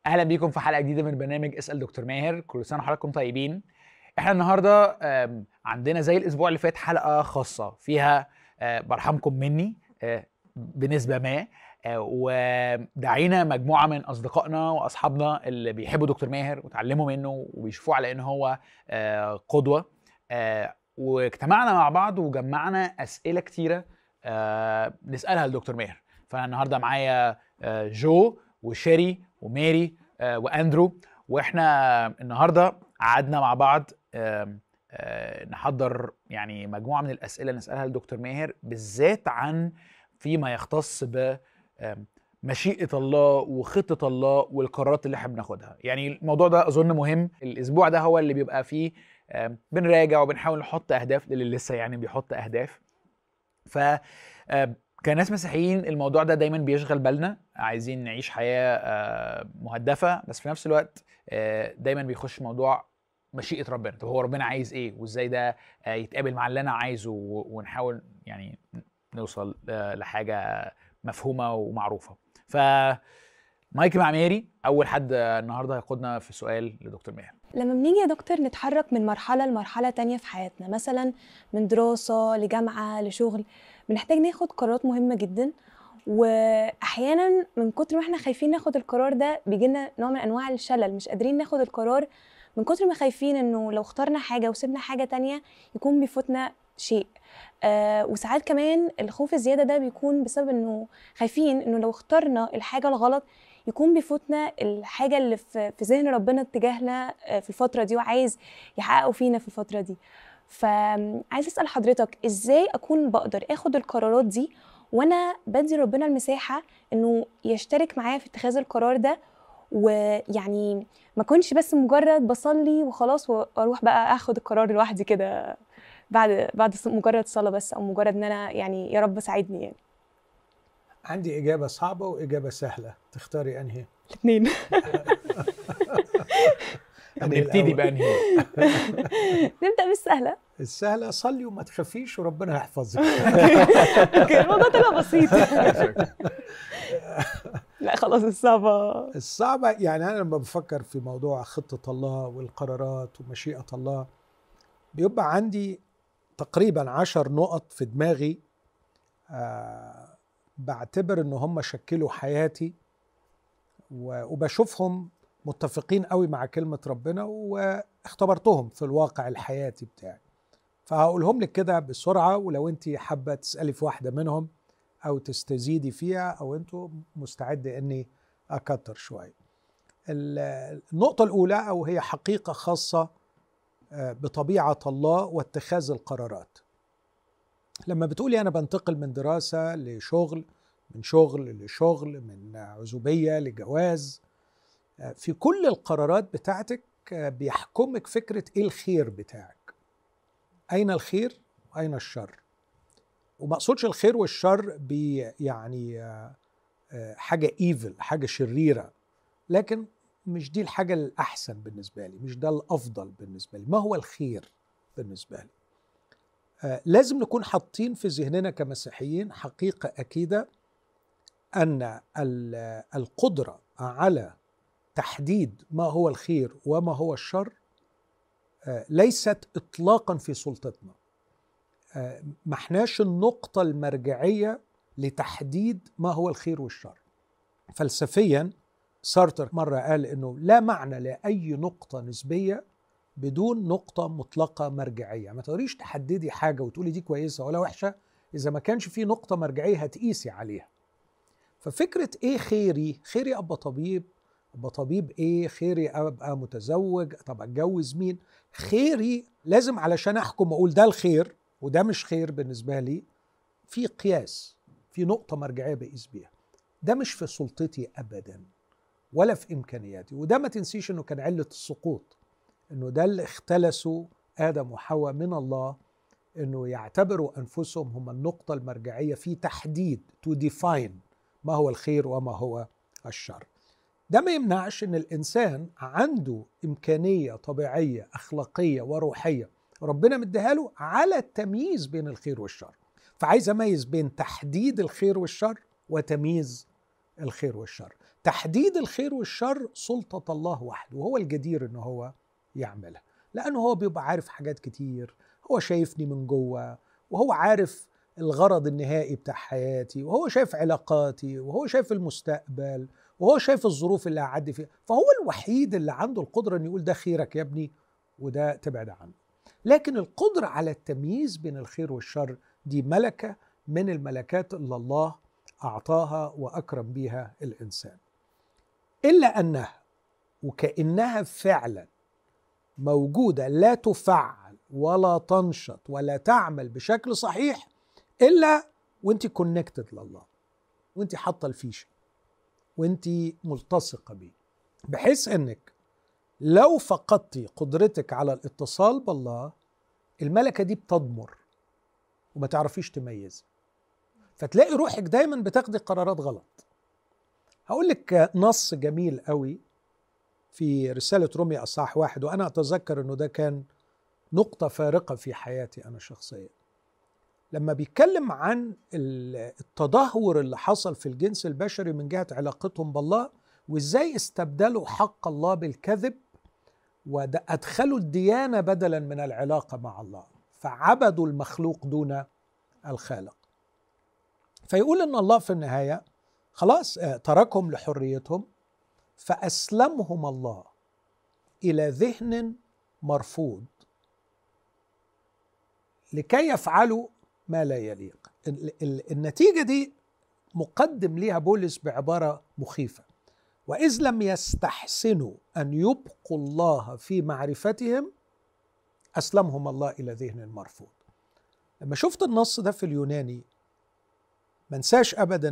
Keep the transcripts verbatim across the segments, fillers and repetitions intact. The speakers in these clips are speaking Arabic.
اهلا بيكم في حلقه جديده من برنامج اسال دكتور ماهر. كل سنه وحضراتكم طيبين. احنا النهارده عندنا زي الاسبوع اللي فات حلقه خاصه فيها برحمكم مني بنسبه ما، ودعينا مجموعه من اصدقائنا واصحابنا اللي بيحبوا دكتور ماهر وتعلموا منه وبيشوفوه على ان هو قدوه، واجتمعنا مع بعض وجمعنا اسئله كتيره نسالها لدكتور ماهر. فانا النهارده معايا جو وشيري وماري واندرو، واحنا النهارده قعدنا مع بعض نحضر يعني مجموعه من الاسئله نسالها لدكتور ماهر، بالذات عن فيما يختص بمشيئه الله وخطه الله والقرارات اللي احنا بناخدها. يعني الموضوع ده اظن مهم. الاسبوع ده هو اللي بيبقى فيه بنراجع وبنحاول نحط اهداف للي لسه يعني بيحط اهداف. ف كناس مسيحيين الموضوع ده دايما بيشغل بالنا، عايزين نعيش حياة مهدفة، بس في نفس الوقت دايما بيخش موضوع مشيئة ربنا. طب هو ربنا عايز ايه وازاي ده يتقابل مع اللي انا عايزه، ونحاول يعني نوصل لحاجة مفهومة ومعروفة. ف مايك مع ماري، اول حد النهارده هيقودنا في سؤال لدكتور ماهر. لما بنيجي يا دكتور نتحرك من مرحلة لمرحلة تانية في حياتنا، مثلا من دراسة لجامعة لشغل، بنحتاج ناخد قرارات مهمة جدا، واحيانا من كتر ما احنا خايفين ناخد القرار ده بيجينا نوع من انواع الشلل، مش قادرين ناخد القرار من كتر ما خايفين انه لو اخترنا حاجة وسيبنا حاجة تانية يكون بيفوتنا شيء. آه وساعات كمان الخوف الزيادة ده بيكون بسبب انه خايفين انه لو اخترنا الحاجة الغلط يكون بيفوتنا الحاجة اللي في ذهن ربنا اتجاهنا في الفترة دي وعايز يحققوا فينا في الفترة دي. فعايز أسأل حضرتك ازاي أكون بقدر أخد القرارات دي وأنا بدي ربنا المساحة إنه يشترك معايا في اتخاذ القرار ده، ويعني ما كنش بس مجرد بصلي وخلاص وأروح بقى أخد القرار لوحدي كده بعد بعد مجرد صلاة بس، أو مجرد إن أنا يعني يا رب ساعدني. يعني عندي إجابة صعبة وإجابة سهلة، تختاري أنهي؟ الاثنين. نبتدي بأنهي؟ نبدأ بالسهلة. السهلة، صلي وما تخافيش وربنا يحفظك. اوكي، الموضوع طلع بسيط. لا خلاص الصعبة. الصعبة يعني أنا لما بفكر في موضوع خطة الله والقرارات ومشيئة الله بيبقى عندي تقريبا عشر نقط في دماغي، آه بعتبر إنه هم شكلوا حياتي وبشوفهم متفقين قوي مع كلمة ربنا واختبرتهم في الواقع الحياتي بتاعي. فهقولهم لك كده بسرعة، ولو انت حابة تسألي في واحدة منهم أو تستزيدي فيها أو انتوا مستعد أني أكتر شوية. النقطة الأولى، أو هي حقيقة خاصة بطبيعة الله واتخاذ القرارات. لما بتقولي أنا بنتقل من دراسة لشغل، من شغل لشغل، من عزوبية لجواز، في كل القرارات بتاعتك بيحكمك فكرة إيه الخير بتاعك، أين الخير وأين الشر. وما أقصدش الخير والشر بي يعني حاجة إيفل، حاجة شريرة، لكن مش دي الحاجة الأحسن بالنسبة لي، مش ده الأفضل بالنسبة لي. ما هو الخير بالنسبة لي؟ آه لازم نكون حاطين في ذهننا كمسيحيين حقيقة أكيدة أن القدرة على تحديد ما هو الخير وما هو الشر آه ليست إطلاقا في سلطتنا. آه ما احناش النقطة المرجعية لتحديد ما هو الخير والشر. فلسفيا سارتر مرة قال إنه لا معنى لأي نقطة نسبية بدون نقطة مطلقة مرجعية. ما تقدريش تحددي حاجة وتقولي دي كويسة ولا وحشة إذا ما كانش في نقطة مرجعية هتقيسي عليها. ففكرة إيه خيري؟ خيري أبقى طبيب، أبقى طبيب إيه؟ خيري أبقى متزوج، طب أتجوز مين؟ خيري لازم علشان أحكم أقول ده الخير وده مش خير بالنسبة لي، في قياس، في نقطة مرجعية بقيس بيها. ده مش في سلطتي أبدا ولا في إمكانياتي. وده ما تنسيش أنه كان علة السقوط، أنه ده اللي اختلسوا آدم وحواء من الله، أنه يعتبروا أنفسهم هم النقطة المرجعية في تحديد to define ما هو الخير وما هو الشر. ده ما يمنعش أن الإنسان عنده إمكانية طبيعية أخلاقية وروحية ربنا مديها له على التمييز بين الخير والشر. فعايز أميز بين تحديد الخير والشر وتمييز الخير والشر. تحديد الخير والشر سلطة الله وحده، وهو الجدير إنه هو يعملها، لأنه هو بيبقى عارف حاجات كتير، هو شايفني من جوه، وهو عارف الغرض النهائي بتاع حياتي، وهو شايف علاقاتي، وهو شايف المستقبل، وهو شايف الظروف اللي هعدي فيها. فهو الوحيد اللي عنده القدرة إنه يقول ده خيرك يا ابني وده تبعد عنه. لكن القدرة على التمييز بين الخير والشر دي ملكة من الملكات اللي الله أعطاها وأكرم بيها الإنسان، إلا أنها وكأنها فعلا موجودة لا تفعل ولا تنشط ولا تعمل بشكل صحيح إلا وانت كونكتد لله، وانت حاطة الفيشة، وانت ملتصقة بيه، بحيث انك لو فقدتي قدرتك على الاتصال بالله الملكة دي بتضمر وما تعرفيش تميزي، فتلاقي روحك دايما بتاخدي قرارات غلط. هقول لك نص جميل قوي في رسالة رومية أصحاح واحد، وأنا أتذكر أنه ده كان نقطة فارقة في حياتي أنا شخصيا، لما بيتكلم عن التدهور اللي حصل في الجنس البشري من جهة علاقتهم بالله، وإزاي استبدلوا حق الله بالكذب وأدخلوا الديانة بدلا من العلاقة مع الله، فعبدوا المخلوق دون الخالق. فيقول أن الله في النهاية خلاص تركهم لحريتهم، فأسلمهم الله إلى ذهن مرفوض لكي يفعلوا ما لا يليق. النتيجة دي مقدم ليها بولس بعبارة مخيفة: وإذ لم يستحسنوا أن يبقوا الله في معرفتهم أسلمهم الله إلى ذهن مرفوض. لما شفت النص ده في اليوناني ما انساش أبدا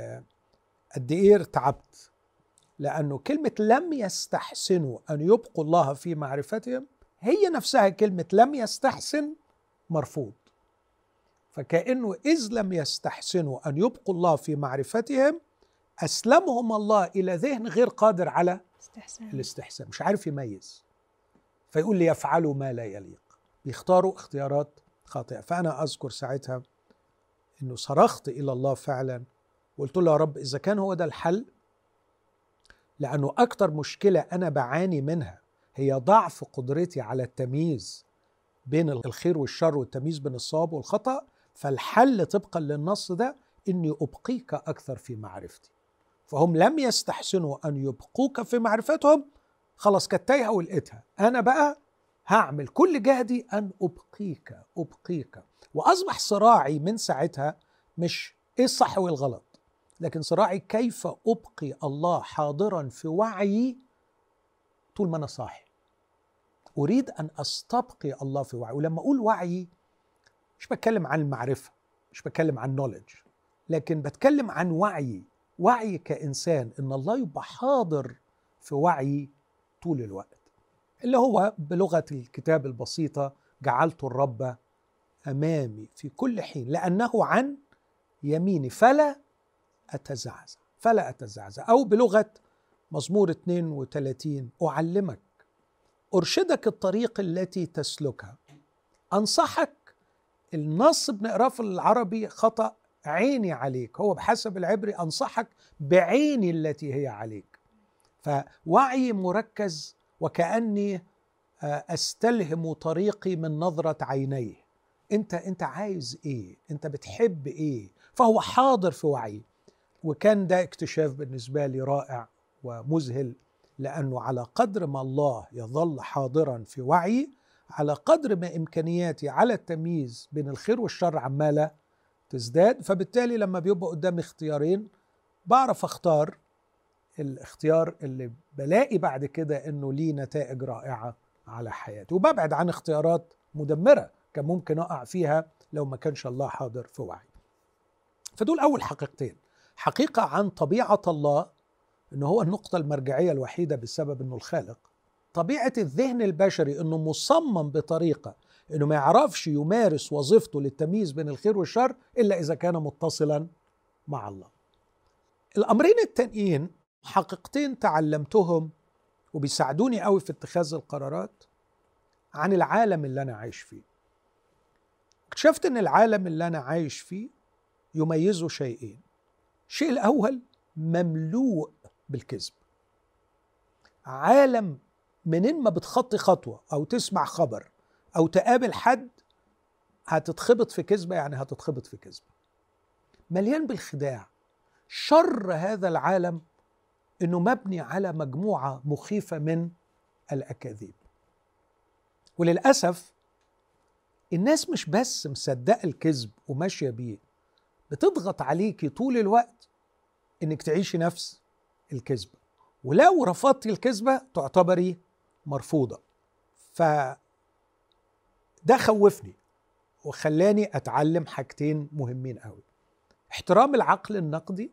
قد إيه ارتعبت، لأنه كلمة لم يستحسنوا أن يبقوا الله في معرفتهم هي نفسها كلمة لم يستحسن مرفوض. فكأنه إذ لم يستحسنوا أن يبقوا الله في معرفتهم أسلمهم الله إلى ذهن غير قادر على استحسان. الاستحسان، مش عارف يميز، فيقول لي يفعلوا ما لا يليق، بيختاروا اختيارات خاطئة. فأنا أذكر ساعتها أنه صرخت إلى الله فعلا وقلت له يا رب إذا كان هو ده الحل، لأنه أكتر مشكلة أنا بعاني منها هي ضعف قدرتي على التمييز بين الخير والشر والتمييز بين الصواب والخطأ، فالحل طبقا للنص ده إني أبقيك أكثر في معرفتي. فهم لم يستحسنوا أن يبقوك في معرفتهم، خلاص كتايها ولقيتها، أنا بقى هعمل كل جهدي أن أبقيك أبقيك. وأصبح صراعي من ساعتها مش إيه الصح والغلط، لكن صراعي كيف أبقي الله حاضرا في وعيي طول ما أنا صاحي. أريد أن أستبقي الله في وعي. ولما أقول وعي مش بتكلم عن المعرفة، مش بتكلم عن knowledge، لكن بتكلم عن وعي، وعي كإنسان إن الله يبقى حاضر في وعي طول الوقت، اللي هو بلغة الكتاب البسيطة جعلت الرب أمامي في كل حين لأنه عن يميني فلا أتزعزع فلا أتزعزع. أو بلغة مزمور اثنين وثلاثين أعلمك أرشدك الطريق التي تسلكها، أنصحك. النص بنقراه في العربي خطأ، عيني عليك، هو بحسب العبري أنصحك بعيني التي هي عليك. فوعي مركز وكأني أستلهم طريقي من نظرة عينيه. أنت أنت عايز إيه؟ أنت بتحب إيه؟ فهو حاضر في وعي. وكان ده اكتشاف بالنسبة لي رائع ومذهل، لأنه على قدر ما الله يظل حاضرا في وعي، على قدر ما إمكانياتي على التمييز بين الخير والشر عمالة تزداد. فبالتالي لما بيبقى قدامي اختيارين بعرف اختار الاختيار اللي بلاقي بعد كده انه ليه نتائج رائعة على حياتي، وببعد عن اختيارات مدمرة كان ممكن اقع فيها لو ما كانش الله حاضر في وعي. فدول اول حقيقتين: حقيقة عن طبيعة الله انه هو النقطة المرجعية الوحيدة بسبب انه الخالق، طبيعة الذهن البشري انه مصمم بطريقة انه ما يعرفش يمارس وظيفته للتمييز بين الخير والشر الا اذا كان متصلا مع الله. الامرين التانيين حقيقتين تعلمتهم وبيساعدوني قوي في اتخاذ القرارات عن العالم اللي انا عايش فيه. اكتشفت ان العالم اللي انا عايش فيه يميزه شيئين: الشيء الاول مملوء بالكذب. عالم منين ما بتخطي خطوة أو تسمع خبر أو تقابل حد هتتخبط في كذبة، يعني هتتخبط في كذبة. مليان بالخداع. شر هذا العالم إنه مبني على مجموعة مخيفة من الأكاذيب. وللأسف الناس مش بس مصدقة الكذب وماشية بيه، بتضغط عليكي طول الوقت إنك تعيشي نفس الكذبة، ولو رفضتي الكذبة تعتبري مرفوضة. فده خوفني وخلاني أتعلم حاجتين مهمين قوي: احترام العقل النقدي،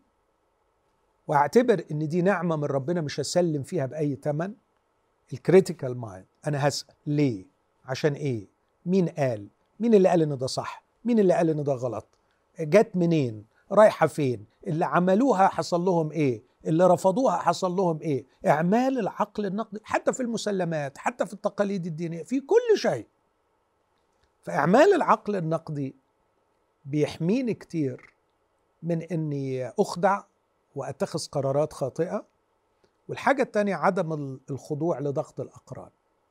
واعتبر ان دي نعمة من ربنا مش هسلم فيها بأي تمن. الكريتيكال مايند، انا هسأل ليه، عشان ايه، مين قال، مين اللي قال ان ده صح، مين اللي قال ان ده غلط، جت منين، رايحة فين، اللي عملوها حصل لهم ايه، اللي رفضوها حصل لهم ايه. اعمال العقل النقدي حتى في المسلمات، حتى في التقاليد الدينية، في كل شيء. فاعمال العقل النقدي بيحميني كتير من اني اخدع واتخذ قرارات خاطئة. والحاجة التانية عدم الخضوع لضغط الأقران،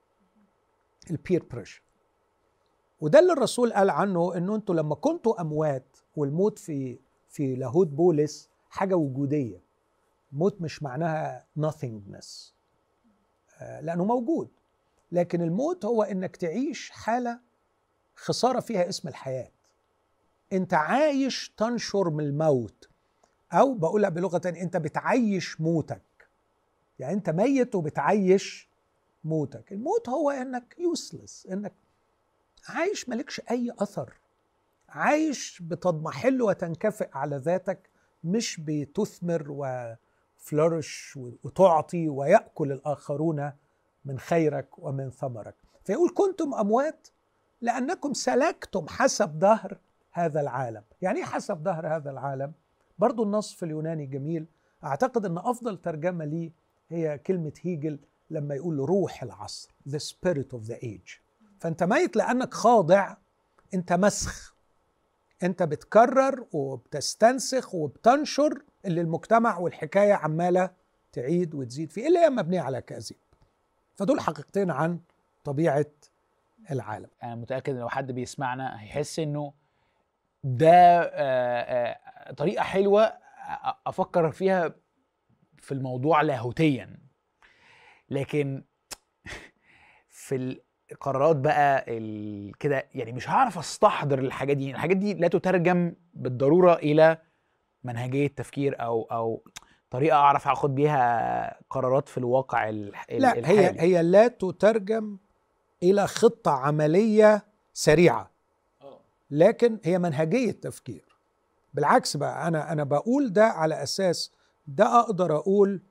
البير بريشر. وده اللي الرسول قال عنه، انه انتوا لما كنتوا اموات، والموت في في لاهوت بولس حاجة وجودية. الموت مش معناها nothingness، لأنه موجود، لكن الموت هو انك تعيش حالة خسارة فيها اسم الحياة. انت عايش تنشر من الموت، أو بقولها بلغة تانية، أنت بتعيش موتك. يعني أنت ميت وبتعيش موتك. الموت هو أنك يوسلس، أنك عايش مالكش أي أثر، عايش بتضمحل وتنكفئ على ذاتك، مش بتثمر وفلورش وتعطي ويأكل الآخرون من خيرك ومن ثمرك. فيقول كنتم أموات لأنكم سلكتم حسب دهر هذا العالم. يعني إيه حسب دهر هذا العالم؟ برضو النص في اليوناني جميل. أعتقد أن أفضل ترجمة ليه هي كلمة هيجل لما يقول روح العصر، the spirit of the age. فأنت ميت لأنك خاضع، أنت مسخ، أنت بتكرر وبتستنسخ وبتنشر اللي المجتمع والحكاية عمالة تعيد وتزيد فيه، اللي هي مبنية على كاذب. فدول حقيقتين عن طبيعة العالم. أنا متأكد أن لو حد بيسمعنا هيحس أنه ده طريقة حلوة أفكر فيها في الموضوع لاهوتيا، لكن في القرارات بقى كده يعني مش هعرف استحضر الحاجات دي. الحاجات دي لا تترجم بالضرورة إلى منهجية تفكير أو أو طريقة أعرف أخد بيها قرارات في الواقع الحالي. لا، هي هي لا تترجم إلى خطة عملية سريعة، لكن هي منهجية تفكير. بالعكس بقى، أنا أنا بقول ده على أساس ده أقدر أقول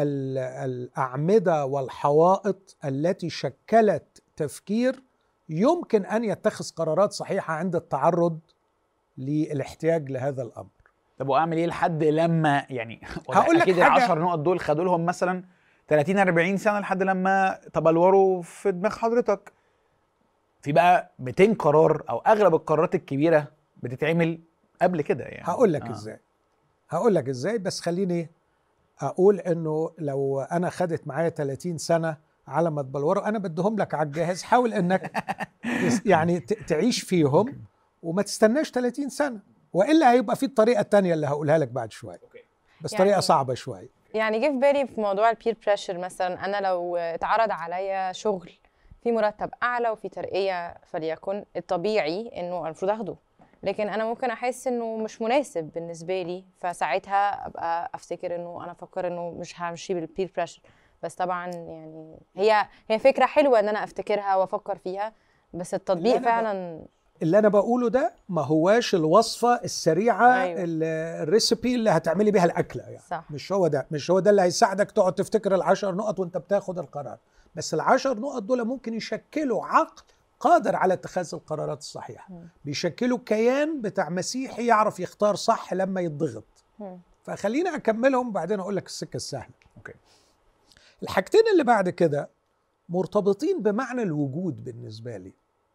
الأعمدة والحوائط التي شكلت تفكير يمكن أن يتخذ قرارات صحيحة عند التعرض للاحتياج لهذا الأمر. طب وأعمل إيه لحد لما يعني هقول لك أكيد حاجة، العشر نقط دول خدوا لهم مثلا ثلاثين أربعين سنة لحد لما تبلوروا في دماغ حضرتك. في بقى مئتين قرار أو أغلب القرارات الكبيرة بتتعمل قبل كده يعني. هقول لك آه. إزاي هقول لك إزاي بس خليني أقول إنه لو أنا خدت معايا ثلاثين سنة على ما تبلوروا، أنا بدهم لك على الجاهز. حاول إنك يعني تعيش فيهم وما تستناش ثلاثين سنة، وإلا هيبقى في الطريقة التانية اللي هقولها لك بعد شوية، بس يعني طريقة صعبة شوية. يعني جه في بالي في موضوع البير بريشر مثلا، أنا لو اتعرض عليا شغل في مرتب أعلى وفي ترقية فليكن، الطبيعي إنه المفروض أخده، لكن أنا ممكن أحس إنه مش مناسب بالنسبة لي، فساعتها أبقى أفتكر إنه أنا أفكر إنه مش همشي بالبير بريشر. بس طبعا يعني هي هي فكرة حلوة إن أنا أفتكرها وأفكر فيها، بس التطبيق اللي فعلا اللي أنا بقوله ده ما هواش الوصفة السريعة. أيوة. الريسيبي اللي هتعملي بيها الأكلة يعني. صح. مش هو ده مش هو ده اللي هيساعدك تقعد تفتكر العشر نقط وانت بتاخد القرار. بس العشر نقط دول ممكن يشكلوا عقل قادر على اتخاذ القرارات الصحيحة. م. بيشكلوا كيان بتاع مسيحي يعرف يختار صح لما يتضغط. م. فخلينا أكملهم وبعدين أقول لك السكة السهلة. أوكي. الحاجتين اللي بعد كده مرتبطين بمعنى الوجود بالنسبة لي.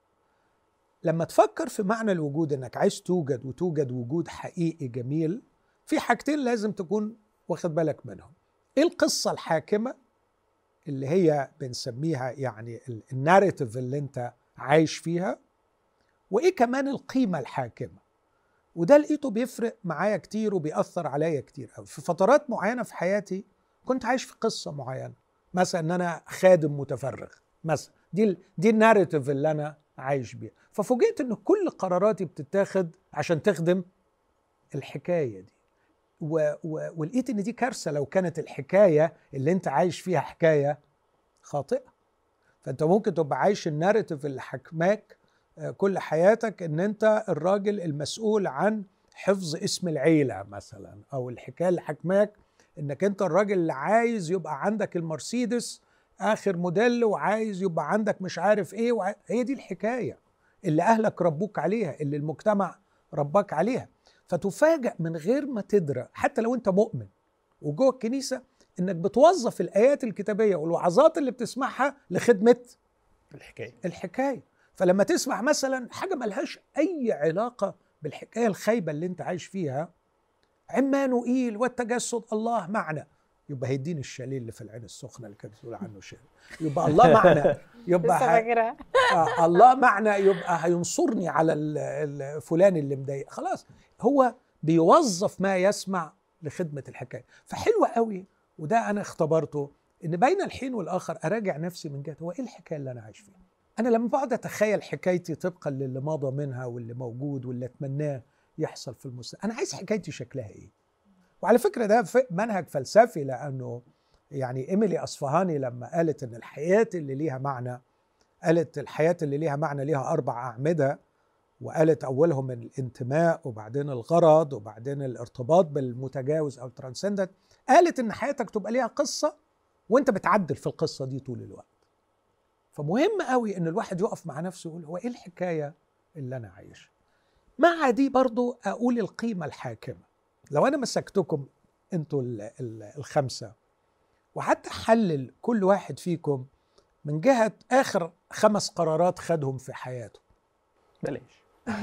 لما تفكر في معنى الوجود، انك عايز توجد وتوجد وجود حقيقي جميل، في حاجتين لازم تكون واخد بالك منهم. ايه القصة الحاكمة اللي هي بنسميها يعني الناريتيف اللي انت عايش فيها، وايه كمان القيمة الحاكمة؟ وده لقيته بيفرق معايا كتير وبيأثر عليا كتير قوي. في فترات معينة في حياتي كنت عايش في قصة معينة، مثلا ان انا خادم متفرغ مثلا، دي دي الناريتيف اللي انا عايش بيها. ففوجئت ان كل قراراتي بتتاخد عشان تخدم الحكاية دي، و... و... ولقيت ان دي كارثة لو كانت الحكاية اللي انت عايش فيها حكاية خاطئة. فانت ممكن تبقى عايش الناريتيف اللي حكماك كل حياتك ان انت الراجل المسؤول عن حفظ اسم العيلة مثلا، او الحكاية اللي حكماك انك انت الراجل اللي عايز يبقى عندك المرسيدس اخر موديل، وعايز يبقى عندك مش عارف ايه وع... هي دي الحكاية اللي اهلك ربوك عليها، اللي المجتمع رباك عليها. فتفاجأ من غير ما تدرى حتى لو انت مؤمن وجوه الكنيسة انك بتوظف الايات الكتابية والوعظات اللي بتسمعها لخدمة الحكايه الحكاية. فلما تسمع مثلا حاجة ملهاش اي علاقة بالحكاية الخايبة اللي انت عايش فيها، عمانوئيل والتجسد الله معنا، يبقى هيديني الشاليه اللي في العين السخنة اللي كانت بتقول عنه شاليه، يبقى الله معنا، يبقى لسه فاكرها. آه الله معنا، يبقى هينصرني على الفلان اللي مضايق. خلاص هو بيوظف ما يسمع لخدمة الحكاية. فحلوة قوي، وده أنا اختبرته، إن بين الحين والآخر أراجع نفسي من جهة هو إيه الحكاية اللي أنا عايش فيها. أنا لما بقعد أتخيل حكايتي طبقا للي مضى منها واللي موجود واللي أتمناه يحصل في المستقبل، أنا عايز حكايتي شكلها إيه. وعلى فكرة ده منهج فلسفي، لأنه يعني إيميلي أصفهاني لما قالت إن الحياة اللي ليها معنى، قالت الحياة اللي ليها معنى ليها أربع أعمدة، وقالت أولهم الانتماء، وبعدين الغرض، وبعدين الارتباط بالمتجاوز أو الترانسندنت. قالت إن حياتك تبقى ليها قصة وإنت بتعدل في القصة دي طول الوقت. فمهم قوي إن الواحد يقف مع نفسه ويقول هو إيه الحكاية اللي أنا عايشها. مع دي برضو أقول القيمة الحاكمة. لو أنا مسكتكم أنتوا الخمسة وحتى حلل كل واحد فيكم من جهة آخر خمس قرارات خدهم في حياته، بلاش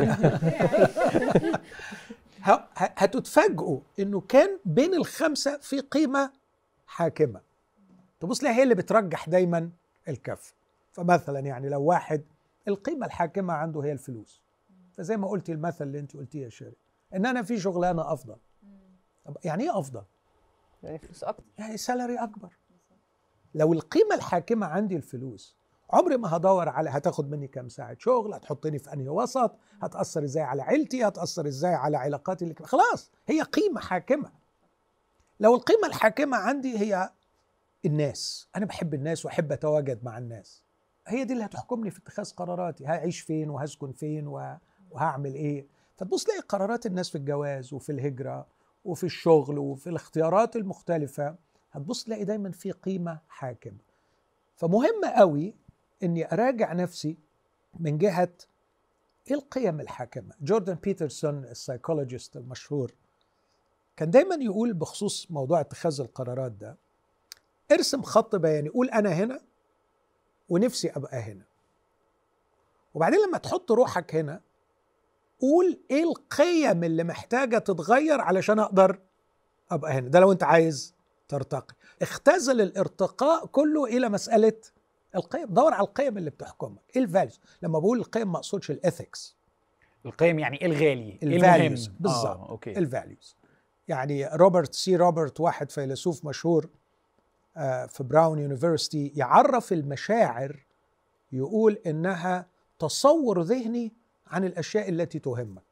هتتفاجئوا إنه كان بين الخمسة في قيمة حاكمة، تبص لها هي اللي بترجح دايما الكف. فمثلا يعني لو واحد القيمة الحاكمة عنده هي الفلوس، فزي ما قلتي المثل اللي انت قلتيه يا شيري، ان انا في شغلانة افضل. طب يعني ايه افضل؟ يعني فلوس اكتر، يعني سالري اكبر. لو القيمة الحاكمة عندي الفلوس، عمري ما هدور على هتاخد مني كام ساعة شغل، هتحطني في انهي وسط، هتأثر ازاي على عيلتي، هتأثر ازاي على علاقاتي اللي خلاص هي قيمة حاكمة. لو القيمة الحاكمة عندي هي الناس، انا بحب الناس واحب اتواجد مع الناس، هي دي اللي هتحكمني في اتخاذ قراراتي، هعيش فين وهسكن فين وهعمل ايه. فتبص لي قرارات الناس في الجواز وفي الهجرة وفي الشغل وفي الاختيارات المختلفة، هتبص تلاقي دايما في قيمة حاكمة. فمهم قوي اني اراجع نفسي من جهة ايه القيم الحاكمة. جوردن بيترسون السايكولوجيست المشهور كان دايما يقول بخصوص موضوع اتخاذ القرارات ده، ارسم خط بياني، قول انا هنا ونفسي ابقى هنا، وبعدين لما تحط روحك هنا قول ايه القيم اللي محتاجة تتغير علشان اقدر ابقى هنا. ده لو انت عايز ترتقي. اختزل الارتقاء كله الى مسألة القيم، دور على القيم اللي بتحكمك. ايه الفاليوز؟ لما بقول القيم ما اقصدش الاثكس، القيم يعني ايه الغالي، الفاليوز المهم بالظبط. آه، أوكي. الفاليوز يعني روبرت سي روبرت واحد فيلسوف مشهور في براون يونيفرسيتي يعرف المشاعر، يقول إنها تصور ذهني عن الأشياء التي تهمك،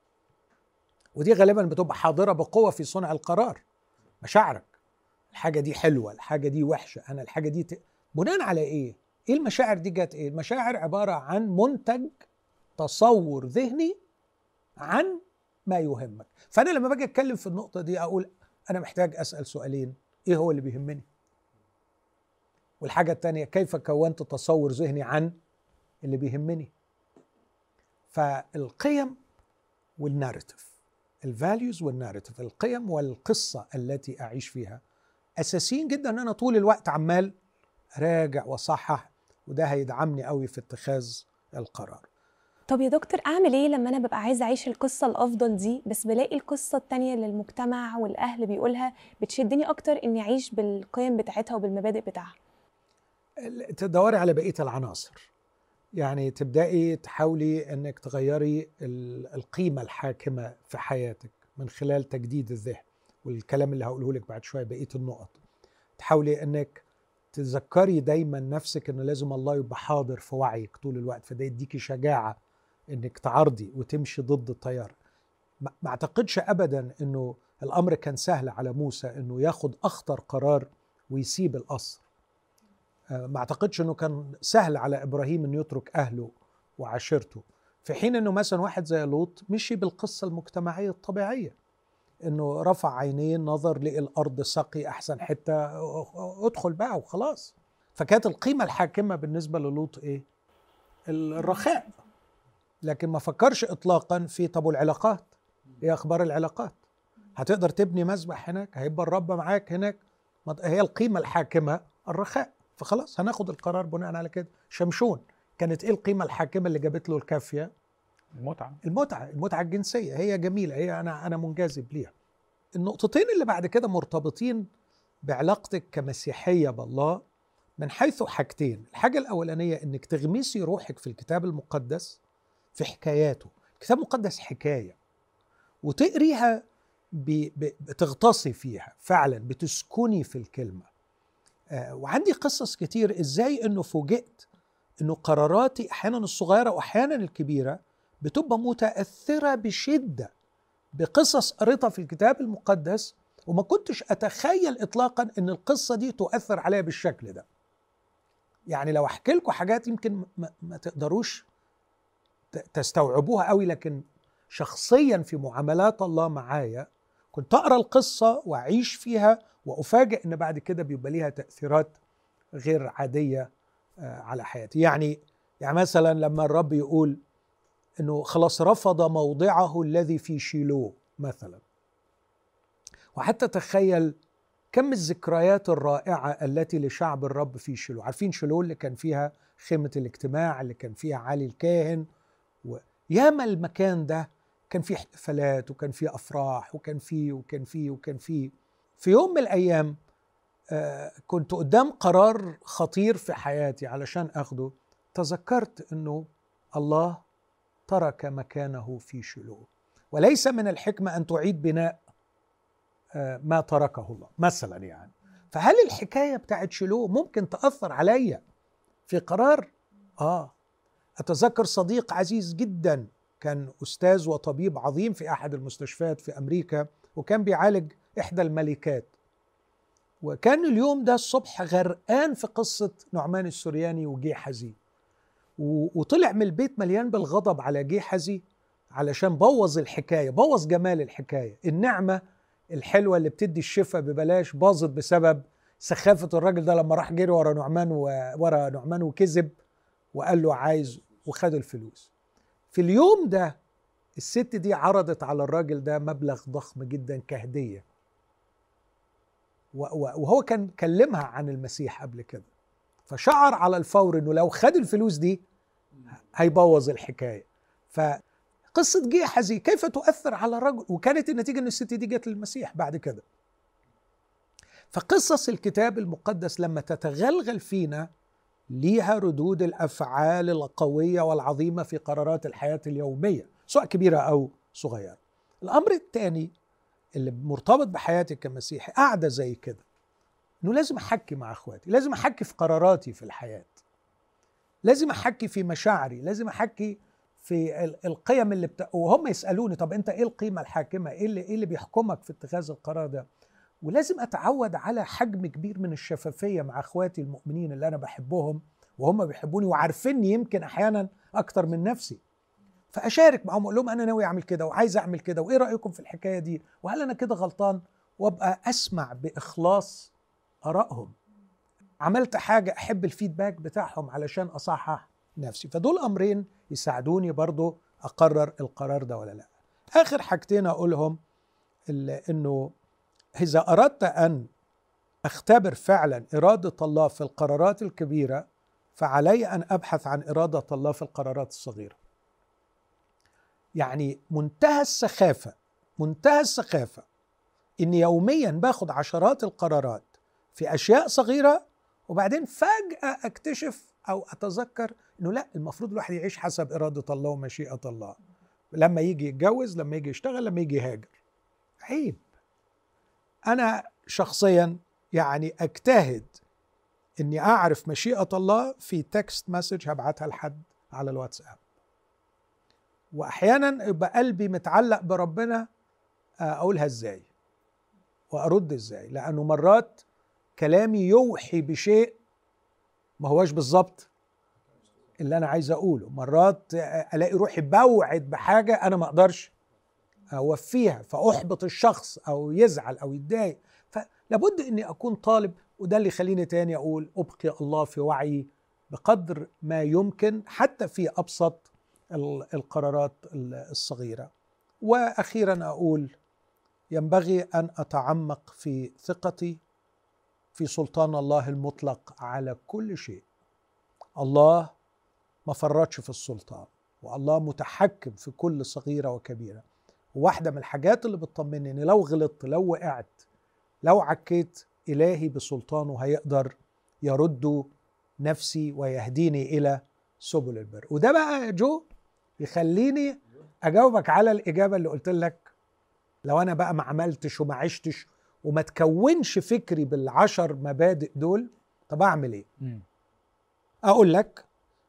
ودي غالبا بتبقى حاضرة بقوة في صنع القرار. مشاعرك، الحاجة دي حلوة، الحاجة دي وحشة، أنا الحاجة دي ت... بناء على إيه؟ إيه المشاعر دي جات إيه؟ المشاعر عبارة عن منتج تصور ذهني عن ما يهمك. فأنا لما باجي أتكلم في النقطة دي أقول أنا محتاج أسأل سؤالين: إيه هو اللي بيهمني؟ والحاجة التانية كيف كونت تصور ذهني عن اللي بيهمني؟ فالقيم والناريتيف، الفاليوز والناريتيف، القيم والقصة التي أعيش فيها أساسيين جدا. أن أنا طول الوقت عمال راجع وصحح، وده هيدعمني قوي في اتخاذ القرار. طب يا دكتور اعمل ايه لما انا ببقى عايزه اعيش القصه الافضل دي، بس بلاقي القصه التانية اللي المجتمع والاهل بيقولها بتشدني اكتر اني اعيش بالقيم بتاعتها وبالمبادئ بتاعها؟ تدوري على بقية العناصر، يعني تبدأي تحاولي أنك تغيري القيمة الحاكمة في حياتك من خلال تجديد الذهن، والكلام اللي هقوله لك بعد شوية بقية النقط. تحاولي أنك تذكري دايما نفسك أنه لازم الله يبقى حاضر في وعيك طول الوقت، فده يديكي شجاعة أنك تعرضي وتمشي ضد التيار. ما أعتقدش أبدا أنه الأمر كان سهل على موسى أنه ياخد أخطر قرار ويسيب القصر. ما أعتقدش أنه كان سهل على إبراهيم أنه يترك أهله وعشيرته، في حين أنه مثلا واحد زي لوط مشي بالقصة المجتمعية الطبيعية، أنه رفع عينيه نظر لقى الأرض سقي أحسن حتة ادخل بقى وخلاص. فكانت القيمة الحاكمة بالنسبة للوط إيه؟ الرخاء. لكن ما فكرش إطلاقا في طب العلاقات، إيه أخبار العلاقات؟ هتقدر تبني مسبح هناك؟ هيبقى الرب معاك هناك؟ هي القيمة الحاكمة الرخاء، فخلاص هناخد القرار بناء على كده. شمشون كانت ايه القيمة الحاكمة اللي جابت له الكافية؟ المتعة المتعة المتعة الجنسية، هي جميلة، هي أنا أنا منجذب ليها. النقطتين اللي بعد كده مرتبطين بعلاقتك كمسيحية بالله من حيث حاجتين. الحاجة الأولانية إنك تغمسي روحك في الكتاب المقدس في حكاياته. الكتاب المقدس حكاية وتقريها بتغطسي فيها فعلا، بتسكني في الكلمة. آه وعندي قصص كتير إزاي إنه فوجئت إنه قراراتي أحيانا الصغيرة وأحيانا الكبيرة بتبقى متأثرة بشدة بقصص قريتها في الكتاب المقدس، وما كنتش أتخيل إطلاقا إن القصة دي تؤثر عليا بالشكل ده. يعني لو أحكي لكم حاجات يمكن ما, ما تقدروش تستوعبوها قوي، لكن شخصيا في معاملات الله معايا كنت أقرأ القصة وأعيش فيها وأفاجئ إن بعد كده بيبقى ليها تأثيرات غير عادية على حياتي. يعني يعني مثلا لما الرب يقول إنه خلاص رفض موضعه الذي في شيلو مثلا، وحتى تخيل كم الذكريات الرائعة التي لشعب الرب في شيلو. عارفين شيلو اللي كان فيها خيمة الاجتماع، اللي كان فيها علي الكاهن، وياما المكان ده كان فيه احتفالات وكان فيه أفراح وكان فيه وكان فيه وكان فيه. في يوم من الأيام آه كنت قدام قرار خطير في حياتي علشان أخده. تذكرت أنه الله ترك مكانه في شيلو، وليس من الحكمة أن تعيد بناء آه ما تركه الله مثلا. يعني فهل الحكاية بتاعت شيلو ممكن تأثر عليا في قرار؟ آه أتذكر صديق عزيز جدا كان أستاذ وطبيب عظيم في أحد المستشفيات في أمريكا، وكان بيعالج إحدى الملكات، وكان اليوم ده الصبح غرقان في قصة نعمان السورياني وجيحزي، وطلع من البيت مليان بالغضب على جيحزي علشان بوظ الحكاية، بوظ جمال الحكاية. النعمة الحلوة اللي بتدي الشفاء ببلاش باظت بسبب سخافة الراجل ده لما راح جري ورا نعمان ورا نعمان وكذب وقال له عايز وخد الفلوس. في اليوم ده الست دي عرضت على الراجل ده مبلغ ضخم جدا كهدية، وهو كان كلمها عن المسيح قبل كده، فشعر على الفور انه لو خد الفلوس دي هيبوظ الحكاية. فقصة جيحزي كيف تؤثر على الرجل، وكانت النتيجة ان الست دي جت للمسيح بعد كده. فقصص الكتاب المقدس لما تتغلغل فينا ليها ردود الأفعال القوية والعظيمة في قرارات الحياة اليومية سواء كبيرة أو صغيرة. الأمر الثاني اللي مرتبط بحياتي كمسيحي قاعدة زي كده، إنه لازم أحكي مع أخواتي، لازم أحكي في قراراتي في الحياة، لازم أحكي في مشاعري، لازم أحكي في القيم اللي بتا... وهم يسألوني طب أنت إيه القيمة الحاكمة، إيه اللي, إيه اللي بيحكمك في اتخاذ القرار ده. ولازم أتعود على حجم كبير من الشفافية مع أخواتي المؤمنين اللي أنا بحبهم وهم بيحبوني وعارفيني يمكن أحيانا أكتر من نفسي، فأشارك معهم أقول لهم أنا ناوي أعمل كده وعايز أعمل كده، وإيه رأيكم في الحكاية دي، وهل أنا كده غلطان، وأبقى أسمع بإخلاص آرائهم. عملت حاجة أحب الفيدباك بتاعهم علشان أصحح نفسي. فدول أمرين يساعدوني برضو أقرر القرار ده ولا لا. آخر حاجتين أقولهم إنه إذا أردت أن أختبر فعلا إرادة الله في القرارات الكبيرة، فعلي أن أبحث عن إرادة الله في القرارات الصغيرة. يعني منتهى السخافة منتهى السخافة إني يوميا باخد عشرات القرارات في أشياء صغيرة، وبعدين فجأة أكتشف أو أتذكر إنه لا، المفروض الواحد يعيش حسب إرادة الله ومشيئة الله. لما يجي يتجوز، لما يجي يشتغل، لما يجي يهاجر. عيب. أنا شخصيا يعني أجتهد إني أعرف مشيئة الله في تكست مسج هبعتها لحد على الواتساب، وأحيانا يبقى قلبي متعلق بربنا، أقولها إزاي وأرد إزاي، لأنه مرات كلامي يوحي بشيء ما هواش بالظبط اللي أنا عايز أقوله. مرات ألاقي روحي بوعد بحاجة أنا ما أقدرش أوفيها، فأحبط الشخص أو يزعل أو يتضايق. فلابد أني أكون طالب، وده اللي يخليني تاني أقول أبقي الله في وعي بقدر ما يمكن، حتى في أبسط القرارات الصغيرة. وأخيرا أقول ينبغي أن أتعمق في ثقتي في سلطان الله المطلق على كل شيء. الله ما فرطش في السلطان، والله متحكم في كل صغيرة وكبيرة. وواحدة من الحاجات اللي بتطمني إن لو غلطت، لو وقعت، لو عكيت، إلهي بسلطانه هيقدر يرد نفسي ويهديني إلى سبل البر. وده بقى جو يخليني أجاوبك على الإجابة اللي قلت لك، لو أنا بقى ما عملتش وما عشتش وما تكونش فكري بالعشر مبادئ دول، طب أعمل إيه؟ م. أقول لك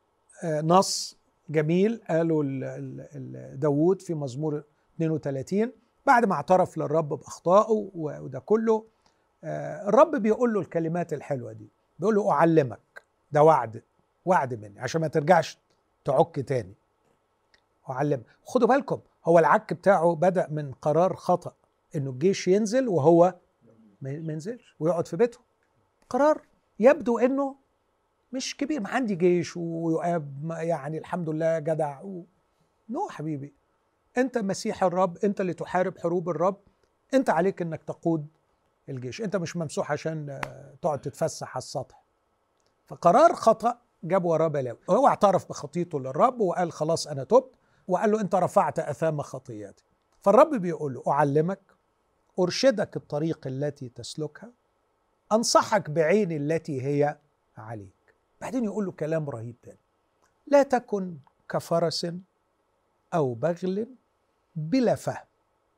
نص جميل قاله داود في مزمور اثنين وثلاثين بعد ما اعترف للرب بأخطائه وده كله. الرب بيقول له الكلمات الحلوة دي، بيقول له أعلمك، ده وعد وعد مني عشان ما ترجعش تعك تاني. أعلمك. خدوا بالكم، هو العك بتاعه بدأ من قرار خطأ إنه الجيش ينزل وهو ما ينزلش ويقعد في بيته. قرار يبدو إنه مش كبير، ما عندي جيش ويؤاب يعني الحمد لله جدع و... نو حبيبي، انت مسيح الرب، انت اللي تحارب حروب الرب، انت عليك انك تقود الجيش، انت مش ممسوح عشان تقعد تتفسح على السطح. فقرار خطأ جاب وراه بلاوي. هو اعترف بخطيته للرب وقال خلاص انا تبت، وقال له انت رفعت اثام خطياتي. فالرب بيقول له اعلمك، ارشدك الطريق التي تسلكها، انصحك بعيني التي هي عليك. بعدين يقول له كلام رهيب تاني، لا تكن كفرس أو بغل بلا فهم،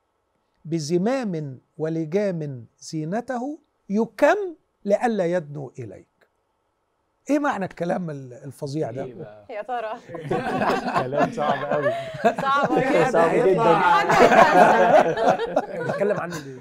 بزمام ولجام زينته يكم لئلا يدنو إليك. إيه معنى الكلام الفظيع ده؟ يا ترى كلام صعب قوي. صعب جدا صعب جدا. نتكلم عنه ليه؟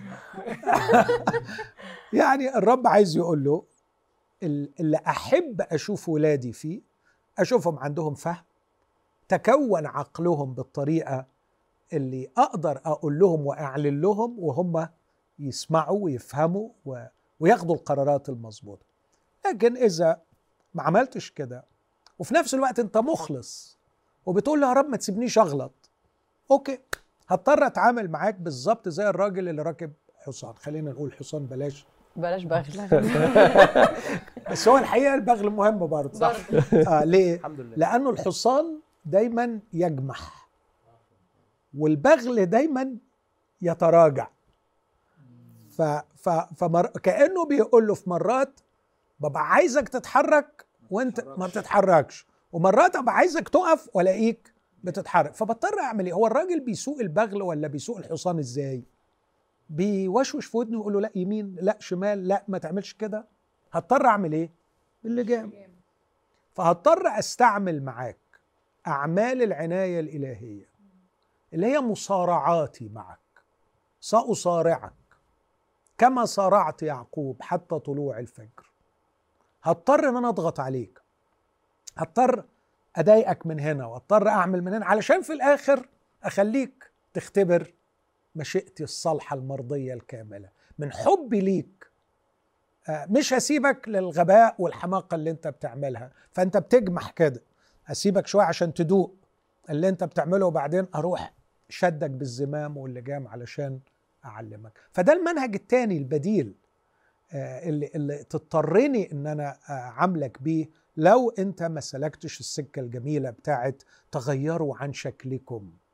يعني الرب عايز يقول له اللي أحب أشوف ولادي فيه، أشوفهم عندهم فهم، تكون عقلهم بالطريقة اللي أقدر أقول لهم وأعلن لهم وهم يسمعوا ويفهموا وياخدوا القرارات المظبوطة. لكن إذا ما عملتش كده وفي نفس الوقت أنت مخلص وبتقول له يا رب ما تسيبنيش أغلط، أوكي، هضطر أتعامل معاك بالظبط زي الراجل اللي راكب حصان. خلينا نقول حصان، بلاش بلاش بغل. بس هو الحقيقة البغل مهم برضه. صح. آه ليه؟ الحمد لله. لأنه الحصان دايما يجمح والبغل دايما يتراجع. ف ف فمر... كأنه بيقول له في مرات ببقى عايزك تتحرك وانت ما بتتحركش، ومرات ابقى عايزك تقف والاقيك بتتحرك. فبضطر اعمل ايه؟ هو الراجل بيسوق البغل ولا بيسوق الحصان ازاي؟ بيوشوش في ودنه ويقول له لا يمين لا شمال لا ما تعملش كده. هضطر اعمل ايه؟ اللجام. فهضطر استعمل معاك اعمال العناية الالهية اللي هي مصارعاتي معك. سأصارعك كما صارعت يعقوب حتى طلوع الفجر. هضطر ان انا اضغط عليك، هضطر اضايقك من هنا واضطر اعمل من هنا، علشان في الاخر اخليك تختبر مشيئتي الصالحة المرضية الكاملة. من حبي ليك مش هسيبك للغباء والحماقة اللي انت بتعملها، فانت بتجمح كده، هسيبك شوية عشان تدوق اللي انت بتعمله وبعدين اروح شدك بالزمام واللجام علشان اعلمك. فده المنهج التاني البديل اللي, اللي تضطرني ان انا عاملك بيه لو انت ما سلكتش السكة الجميلة بتاعت تغيروا عن شكلكم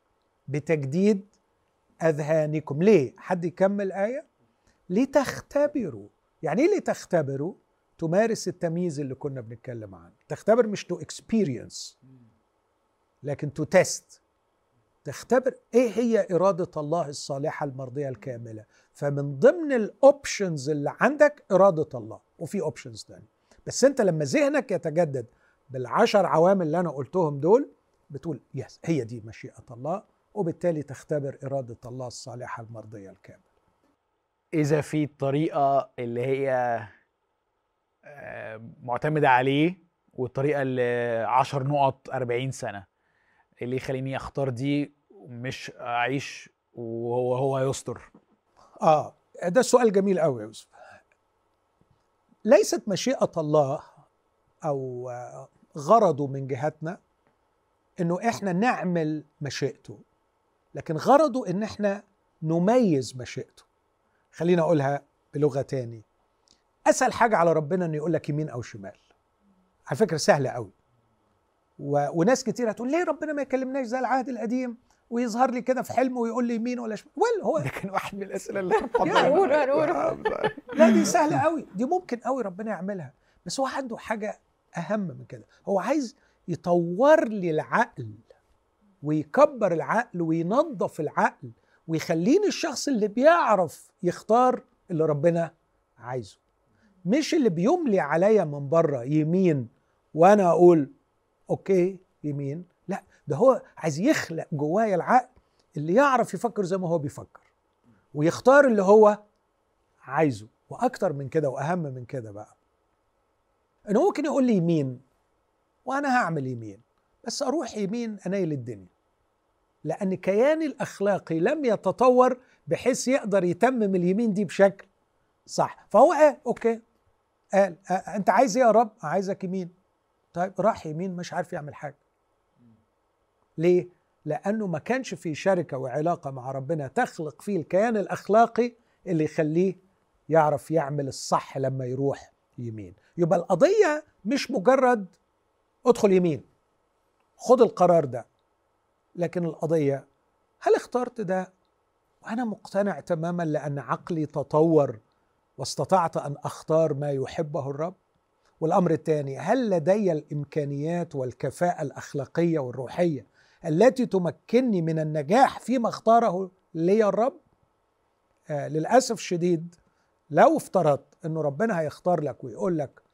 بتجديد أذهانكم. ليه؟ حد يكمل آية؟ لتختبروا. يعني ايه لتختبروا؟ تمارس التمييز اللي كنا بنتكلم عنه. تختبر مش تو experience لكن تو تيست. تختبر ايه هي إرادة الله الصالحة المرضية الكاملة. فمن ضمن الاوبشنز اللي عندك إرادة الله، وفي اوبشنز تاني، بس انت لما ذهنك يتجدد بالعشر عوامل اللي انا قلتهم دول بتقول يس هي دي مشيئة الله، وبالتالي تختبر إرادة الله الصالحة المرضية الكاملة. إذا في طريقة اللي هي معتمدة عليه والطريقة اللي عشر نقط أربعين سنة اللي يخليني أختار دي مش أعيش وهو هو يستر. آه ده سؤال جميل قوي يا يوسف. ليست مشيئة الله أو غرضه من جهتنا إنه إحنا نعمل مشيئته، لكن غرضه إن إحنا نميز مشيئته. خلينا أقولها بلغة تاني. أسهل حاجة على ربنا إنه يقول لك يمين أو شمال. على فكرة سهلة قوي. و... وناس كتير هتقول ليه ربنا ما يكلمناش زي العهد القديم ويظهر لي كده في حلم ويقول لي يمين ولا شمال؟ ولا هو ده كان واحد من الأسئلة اللي هنقول هنقول لا دي سهلة قوي، دي ممكن قوي ربنا يعملها، بس هو عنده حاجة أهم من كده. هو عايز يطور لي العقل ويكبر العقل وينظف العقل ويخليني الشخص اللي بيعرف يختار اللي ربنا عايزه، مش اللي بيملي عليا من بره يمين وانا اقول اوكي يمين. لا، ده هو عايز يخلق جوايا العقل اللي يعرف يفكر زي ما هو بيفكر ويختار اللي هو عايزه. واكتر من كده واهم من كده بقى انه ممكن يقول لي يمين وانا هعمل يمين، بس اروح يمين انيل الدنيا، لان كياني الاخلاقي لم يتطور بحيث يقدر يتمم اليمين دي بشكل صح. فهو قال اوكي، قال انت عايز ايه يا رب؟ عايزك يمين. طيب راح يمين مش عارف يعمل حاجه. ليه؟ لانه ما كانش في شركه وعلاقه مع ربنا تخلق فيه الكيان الاخلاقي اللي يخليه يعرف يعمل الصح لما يروح يمين. يبقى القضيه مش مجرد ادخل يمين خد القرار ده، لكن القضيه هل اخترت ده وانا مقتنع تماما لان عقلي تطور واستطعت أن أختار ما يحبه الرب؟ والأمر الثاني، هل لدي الإمكانيات والكفاءة الأخلاقية والروحية التي تمكنني من النجاح فيما اختاره لي الرب؟ آه للأسف الشديد لو افترضت أنه ربنا هيختار لك ويقول لك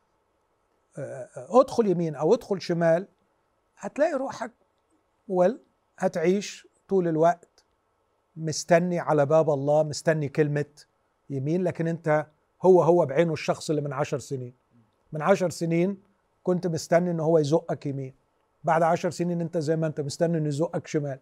آه ادخل يمين أو ادخل شمال، هتلاقي روحك ول هتعيش طول الوقت مستني على باب الله، مستني كلمة يمين، لكن انت هو هو بعينه الشخص اللي من عشر سنين من عشر سنين كنت مستني ان هو يزقك يمين، بعد عشر سنين انت زي ما انت مستني انه يزقك شمال.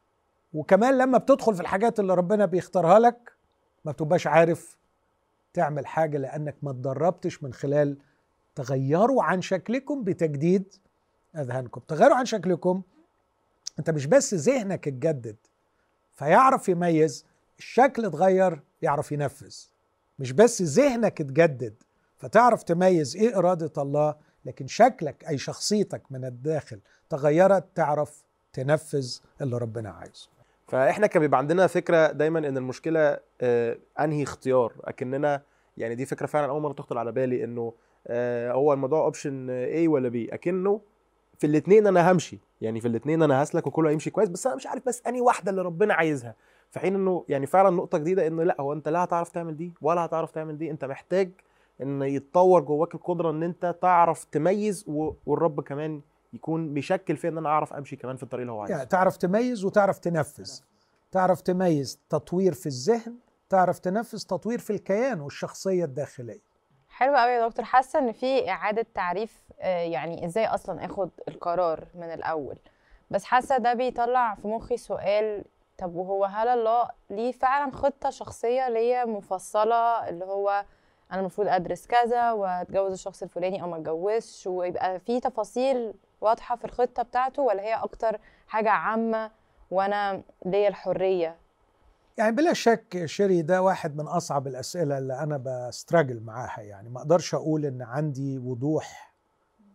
وكمان لما بتدخل في الحاجات اللي ربنا بيختارها لك ما بتبقاش عارف تعمل حاجة لانك ما تدربتش من خلال تغيروا عن شكلكم بتجديد اذهانكم. تغيروا عن شكلكم، انت مش بس ذهنك اتجدد فيعرف يميز، الشكل اتغير يعرف ينفذ. مش بس ذهنك اتجدد فتعرف تميز ايه إرادة الله، لكن شكلك اي شخصيتك من الداخل تغيرت تعرف تنفذ اللي ربنا عايزه. فاحنا كان بيبقى عندنا فكرة دايما ان المشكلة آه انهي اختيار، اكننا يعني دي فكرة فعلا اول مرة تخطر على بالي انه آه هو الموضوع اوبشن A ولا B، اكنه في الاثنين انا همشي، يعني في الاثنين انا هسلك وكله هيمشي كويس، بس انا مش عارف بس انهي واحدة اللي ربنا عايزها. في حين انه يعني فعلا نقطة جديدة انه لا، هو انت لا هتعرف تعمل دي ولا هتعرف تعمل دي، انت محتاج ان يتطور جواك القدرة ان انت تعرف تميز، والرب كمان يكون مشكل في ان انا اعرف امشي كمان في الطريق اللي هو عايزه. يعني تعرف تميز وتعرف تنفذ، تعرف تميز تطوير في الذهن، تعرف تنفذ تطوير في الكيان والشخصية الداخلية. حلو قوي يا دكتور. حاسة ان في اعادة تعريف يعني ازاي اصلا اخد القرار من الاول، بس حاسة ده بيطلع في مخي سؤال، طب وهو هل الله ليه فعلا خطة شخصية ليا مفصلة، اللي هو أنا المفروض أدرس كذا وأتجوز الشخص الفلاني أو ما أتجوزش، ويبقى في تفاصيل واضحة في الخطة بتاعته، ولا هي أكتر حاجة عامة وأنا ليا الحرية؟ يعني بلا شك شيري ده واحد من أصعب الأسئلة اللي أنا بستراجل معاها. يعني ما أقدرش أقول إن عندي وضوح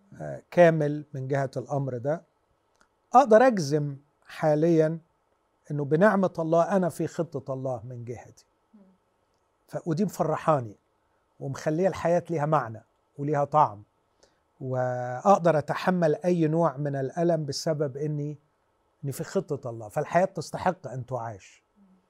كامل من جهة الأمر ده. أقدر أجزم حالياً انه بنعمه الله انا في خطه الله من جهتي. ف... ودي مفرحاني ومخليه الحياه ليها معنى وليها طعم، واقدر اتحمل اي نوع من الالم بسبب اني اني في خطه الله. فالحياه تستحق ان تعاش.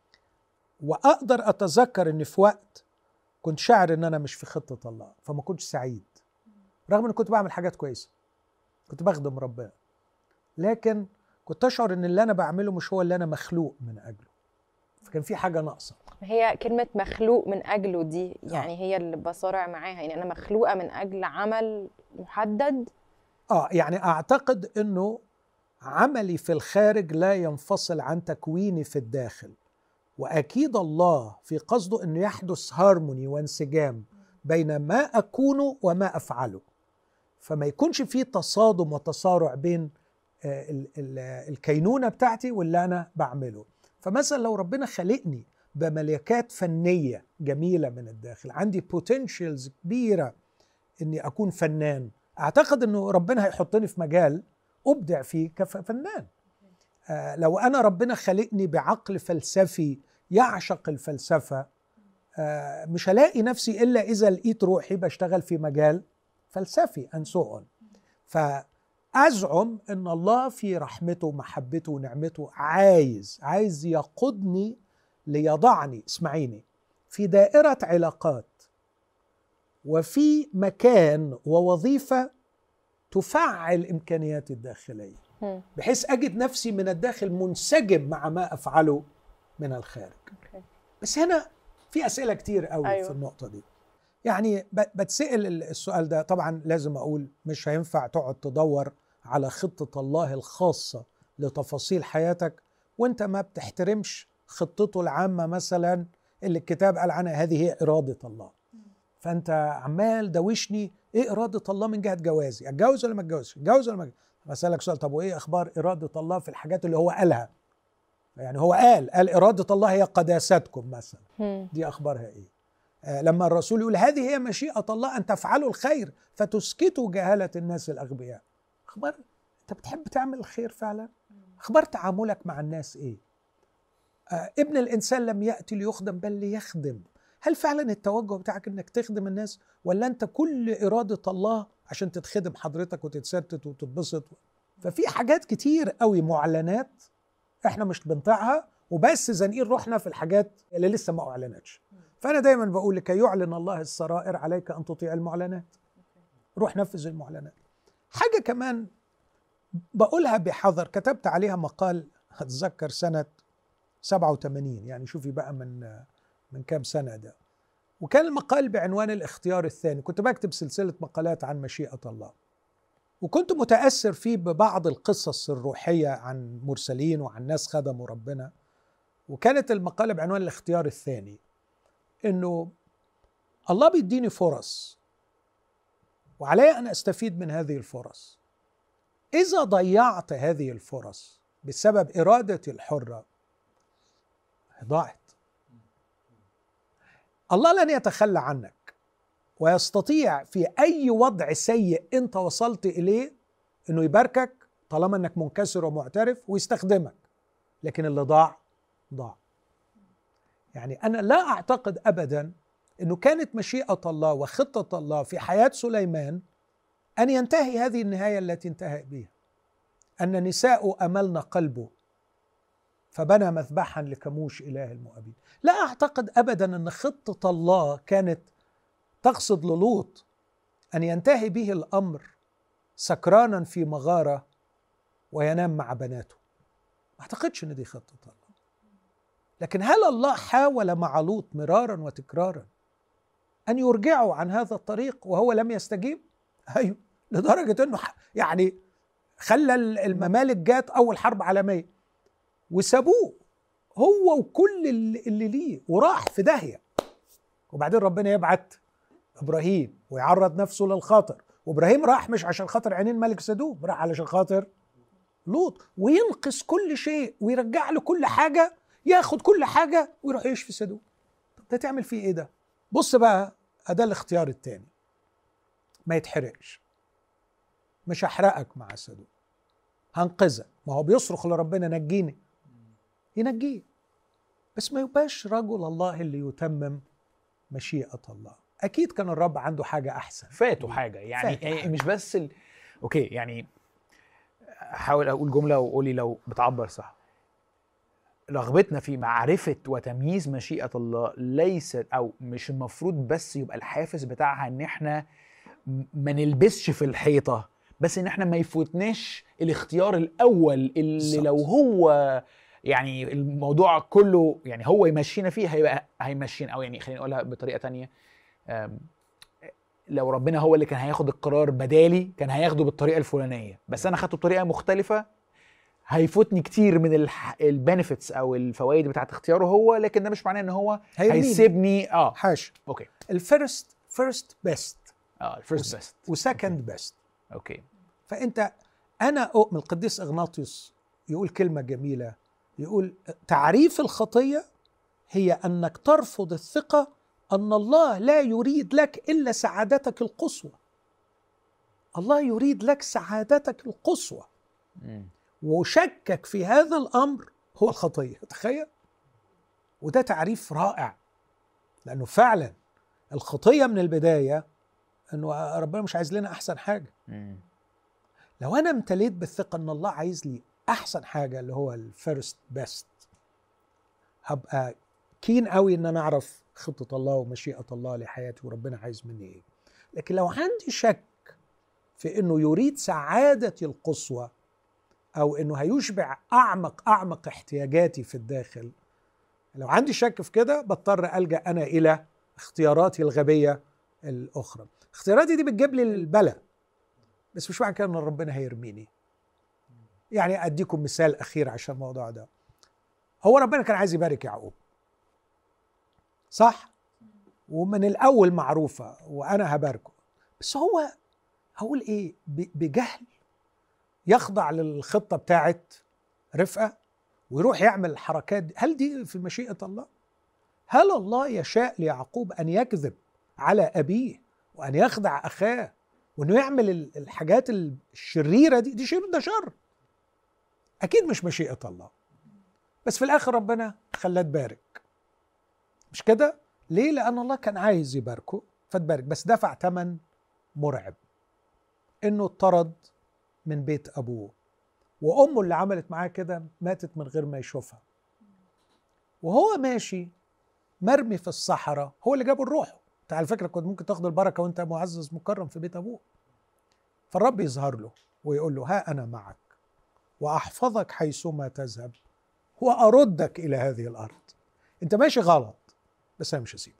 واقدر اتذكر اني في وقت كنت شاعر ان انا مش في خطه الله، فما كنتش سعيد رغم اني كنت بعمل حاجات كويسه، كنت بخدم ربنا، لكن كنت اشعر ان اللي انا بعمله مش هو اللي انا مخلوق من اجله، فكان في حاجه ناقصه. هي كلمه مخلوق من اجله دي يعني آه. هي اللي بصارع معاها، يعني انا مخلوقه من اجل عمل محدد. اه يعني اعتقد انه عملي في الخارج لا ينفصل عن تكويني في الداخل، واكيد الله في قصده انه يحدث هارموني وانسجام بين ما اكونه وما افعله، فما يكونش في تصادم وتصارع بين الكينونة بتاعتي واللي أنا بعمله. فمثلا لو ربنا خلقني بملكات فنية جميلة من الداخل، عندي potentials كبيرة إني أكون فنان، أعتقد إنه ربنا هيحطني في مجال أبدع فيه كفنان. آه لو أنا ربنا خلقني بعقل فلسفي يعشق الفلسفة، آه مش هلاقي نفسي إلا إذا لقيت روحي بشتغل في مجال فلسفي and so on. ف أزعم أن الله في رحمته ومحبته ونعمته عايز عايز يقودني ليضعني، اسمعيني، في دائرة علاقات وفي مكان ووظيفة تفعل إمكانياتي الداخلية، بحيث أجد نفسي من الداخل منسجم مع ما أفعله من الخارج. بس هنا في أسئلة كتير قوي أيوة. في النقطة دي. يعني بتسأل السؤال ده، طبعا لازم أقول مش هينفع تقعد تدور على خطة الله الخاصة لتفاصيل حياتك وانت ما بتحترمش خطته العامة مثلا اللي الكتاب قال عنها هذه هي إرادة الله. فانت عمال دوشني ايه إرادة الله من جهة جوازي، اتجوز ولا ما اتجوزش، اتجوز ولا ما اتجوزش. بسألك سؤال، طب وايه أخبار إرادة الله في الحاجات اللي هو قالها؟ يعني هو قال قال إرادة الله هي قداستكم مثلا، دي أخبارها ايه؟ لما الرسول يقول هذه هي مشيئة الله أن تفعلوا الخير فتسكتوا جهالة الناس الأغبياء، أخبار أنت بتحب تعمل الخير فعلا؟ أخبار تعاملك مع الناس إيه؟ آه ابن الإنسان لم يأتي ليخدم بل ليخدم. هل فعلا التوجه بتاعك أنك تخدم الناس، ولا أنت كل إرادة الله عشان تتخدم حضرتك وتتستت وتتبسط؟ ففي حاجات كتير قوي معلنات إحنا مش بنطيعها وبس زنقين روحنا في الحاجات اللي لسه ما أعلنتش. فأنا دايما بقول لكي يعلن الله السرائر عليك أن تطيع المعلنات، روح نفذ المعلنات. حاجة كمان بقولها بحذر، كتبت عليها مقال أتذكر سنة سبعة وثمانين، يعني شوفي بقى من من كام سنة ده، وكان المقال بعنوان الاختيار الثاني. كنت بكتب سلسلة مقالات عن مشيئة الله، وكنت متأثر فيه ببعض القصص الروحية عن مرسلين وعن ناس خدموا ربنا. وكانت المقالة بعنوان الاختيار الثاني، إنه الله بيديني فرص وعلي أن أستفيد من هذه الفرص. إذا ضيعت هذه الفرص بسبب إرادتي الحرة ضاعت. الله لن يتخلى عنك، ويستطيع في أي وضع سيء أنت وصلت إليه أنه يباركك طالما أنك منكسر ومعترف ويستخدمك، لكن اللي ضاع ضاع. يعني أنا لا أعتقد أبدا أنه كانت مشيئة الله وخطة الله في حياة سليمان أن ينتهي هذه النهاية التي انتهى بها، أن نساء أملن قلبه فبنى مذبحا لكموش إله المؤابين. لا أعتقد أبدا أن خطة الله كانت تقصد للوط أن ينتهي به الأمر سكرانا في مغارة وينام مع بناته. ما أعتقدش أن دي خطة الله. لكن هل الله حاول مع لوط مرارا وتكرارا أن يرجعوا عن هذا الطريق وهو لم يستجيب؟ أيوه، لدرجة أنه يعني خلى الممالك جات أول حرب عالمية وسابوه هو وكل اللي ليه وراح في داهية. وبعدين ربنا يبعت إبراهيم ويعرض نفسه للخطر، وإبراهيم راح مش عشان خاطر عينين ملك سدوم، راح علشان خاطر لوط، وينقص كل شيء ويرجع له كل حاجة، ياخد كل حاجة ويروح يعيش في سدوم. طب ده تعمل فيه ايه ده؟ بص بقى، ده الاختيار التاني، ما يتحرقش. مش هحرقك مع سدوم، هنقذك. ما هو بيصرخ لربنا نجيني، ينجيه، بس ما يبقاش رجل الله اللي يتمم مشيئة الله. أكيد كان الرب عنده حاجة أحسن، فاتوا حاجه يعني فاتوا يعني حاجة. مش بس ال... اوكي يعني احاول اقول جمله وقولي لو بتعبر صح. رغبتنا في معرفه وتمييز مشيئه الله ليست او مش المفروض بس يبقى الحافز بتاعها ان احنا ما نلبسش في الحيطه، بس ان احنا ما يفوتناش الاختيار الاول اللي بالظبط. لو هو يعني الموضوع كله يعني هو يمشينا فيه هيبقى هيمشينا، او يعني خلينا نقولها بطريقه تانية، أم، لو ربنا هو اللي كان هياخد القرار بدالي كان هياخده بالطريقه الفلانيه، بس انا خدته بطريقه مختلفه هيفوتني كتير من البنفيتس او الفوائد بتاعت اختياره هو، لكن ده مش معناه ان هو هيرميني. هيسيبني. اه حاشا. اوكي الفيرست فيرست بيست اه الفيرست بيست وسكند بيست. اوكي فأنت أنا أؤمن القديس إغناطيوس يقول كلمة جميلة، يقول تعريف الخطية هي أنك ترفض الثقة أن الله لا يريد لك إلا سعادتك القصوى. الله يريد لك سعادتك القصوى، مم. وشكك في هذا الأمر هو الخطية. تخيل، وده تعريف رائع، لأنه فعلا الخطية من البداية أنه ربنا مش عايز لنا أحسن حاجة. مم. لو أنا امتليت بالثقة أن الله عايز لي أحسن حاجة اللي هو الفيرست بيست، هبقى كين قوي أن أنا أعرف خطة الله ومشيئة الله لحياتي وربنا عايز مني إيه. لكن لو عندي شك في أنه يريد سعادتي القصوى أو أنه هيشبع أعمق أعمق احتياجاتي في الداخل، لو عندي شك في كده بضطر ألجأ أنا إلى اختياراتي الغبية الأخرى. اختياراتي دي بتجيب لي البلاء، بس مش معنى كده أن ربنا هيرميني. يعني أديكم مثال أخير عشان الموضوع ده. هو ربنا كان عايز يبارك يعقوب، صح؟ ومن الأول معروفة وأنا هباركه، بس هو هقول إيه بجهل يخضع للخطة بتاعت رفقة ويروح يعمل الحركات دي. هل دي في مشيئة الله؟ هل الله يشاء ليعقوب أن يكذب على أبيه وأن يخدع أخاه وأنه يعمل الحاجات الشريرة دي؟ دي شر، ده شر، أكيد مش مشيئة الله. بس في الآخر ربنا خلاه تبارك، مش كده؟ ليه؟ لأن الله كان عايز يباركه فتبارك، بس دفع ثمن مرعب، إنه اطرد من بيت أبوه، وأمه اللي عملت معاه كده ماتت من غير ما يشوفها، وهو ماشي مرمي في الصحراء هو اللي جابه الروح. انت على فكرة كنت ممكن تاخد البركة وانت معزز مكرم في بيت أبوه. فالرب يظهر له ويقول له ها أنا معك وأحفظك حيثما تذهب وأردك إلى هذه الأرض. انت ماشي غلط بس أنا مش هسيبك.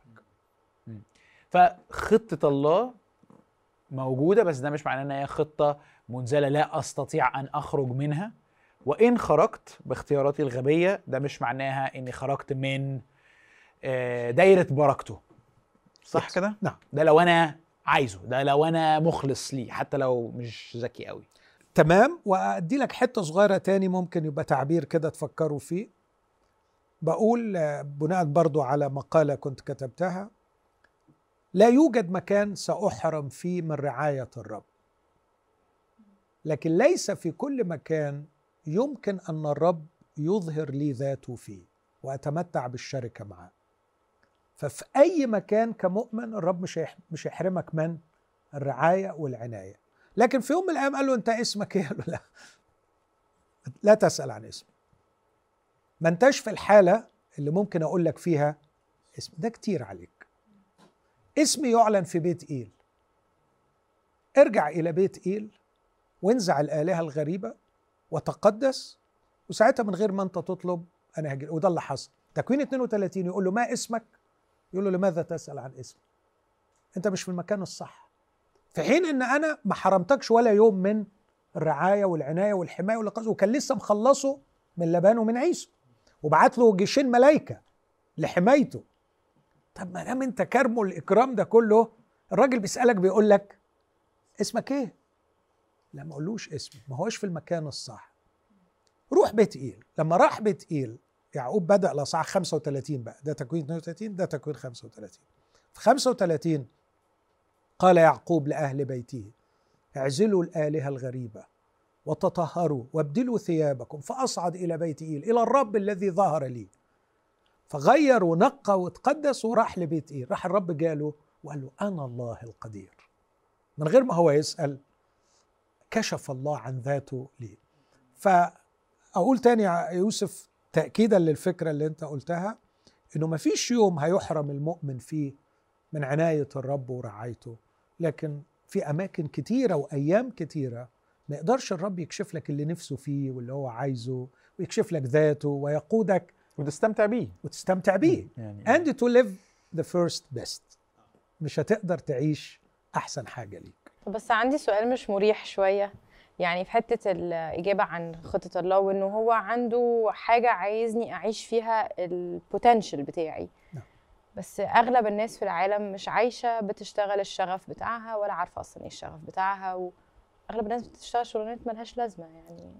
فخطة الله موجودة، بس ده مش معناه ان هي خطة منزلة لا استطيع ان اخرج منها، وان خرجت باختياراتي الغبية ده مش معناها اني خرجت من دايرة بركته. صح yes. كده؟ نعم. ده لو انا عايزه، ده لو انا مخلص ليه، حتى لو مش ذكي قوي. تمام. وأدي لك حتة صغيرة تاني ممكن يبقى تعبير كده تفكروا فيه. بقول بناء برضو على مقالة كنت كتبتها: لا يوجد مكان سأحرم فيه من رعاية الرب، لكن ليس في كل مكان يمكن أن الرب يظهر لي ذاته فيه وأتمتع بالشركة معه. ففي أي مكان كمؤمن الرب مش مش يحرمك من الرعاية والعناية. لكن في يوم من الأيام قال له أنت اسمك إيه؟ قال له لا لا تسأل عن اسمي. ما انتش في الحالة اللي ممكن أقول لك فيها اسم، ده كتير عليك. اسمي يعلن في بيت إيل، ارجع إلى بيت إيل وانزع الآلهة الغريبة وتقدس، وساعتها من غير ما أنت تطلب أنا هجي. وده اللي حصل. تكوين اثنين وثلاثين يقول له ما اسمك؟ يقول له لماذا تسأل عن اسمي؟ أنت مش في المكان الصح، في حين أن أنا ما حرمتكش ولا يوم من الرعاية والعناية والحماية والقصد، وكان لسه مخلصه من لبان ومن عيسو وبعت له جيشين ملايكة لحمايته. طب ما دام انت كرمه الإكرام ده كله، الراجل بيسألك بيقول لك اسمك ايه؟ لا ما قولوش اسمي، ما هوش في المكان الصح. روح بيت إيل. لما راح بيت إيل يعقوب بدأ الأصحاح خمسة وثلاثين بقى، ده تكوين اثنين وثلاثين، ده تكوين خمسة وثلاثين. في خمسة وثلاثين قال يعقوب لأهل بيته: اعزلوا الآلهة الغريبة وتطهروا وابدلوا ثيابكم فأصعد إلى بيت إيل إلى الرب الذي ظهر لي. فغير ونقى وتقدس وراح لبيت إيل. راح الرب جاله وقال له أنا الله القدير. من غير ما هو يسأل كشف الله عن ذاته ليه. فأقول تاني يا يوسف تأكيدا للفكرة اللي انت قلتها، انه ما فيش يوم هيحرم المؤمن فيه من عناية الرب ورعايته، لكن في أماكن كتيرة وأيام كتيرة ما يقدرش الرب يكشف لك اللي نفسه فيه واللي هو عايزه، ويكشف لك ذاته ويقودك وتستمتع بيه وتستمتع بيه يعني. and to live the first best. مش هتقدر تعيش أحسن حاجة ليك. بس عندي سؤال مش مريح شوية، يعني في حتة الإجابة عن خطة الله، وإنه هو عنده حاجة عايزني أعيش فيها البوتنشل بتاعي. نعم. بس أغلب الناس في العالم مش عايشة بتشتغل الشغف بتاعها، ولا عارفة أصلا إيه الشغف بتاعها، وأغلب الناس بتشتغل شغلانات ملهاش لازمة. يعني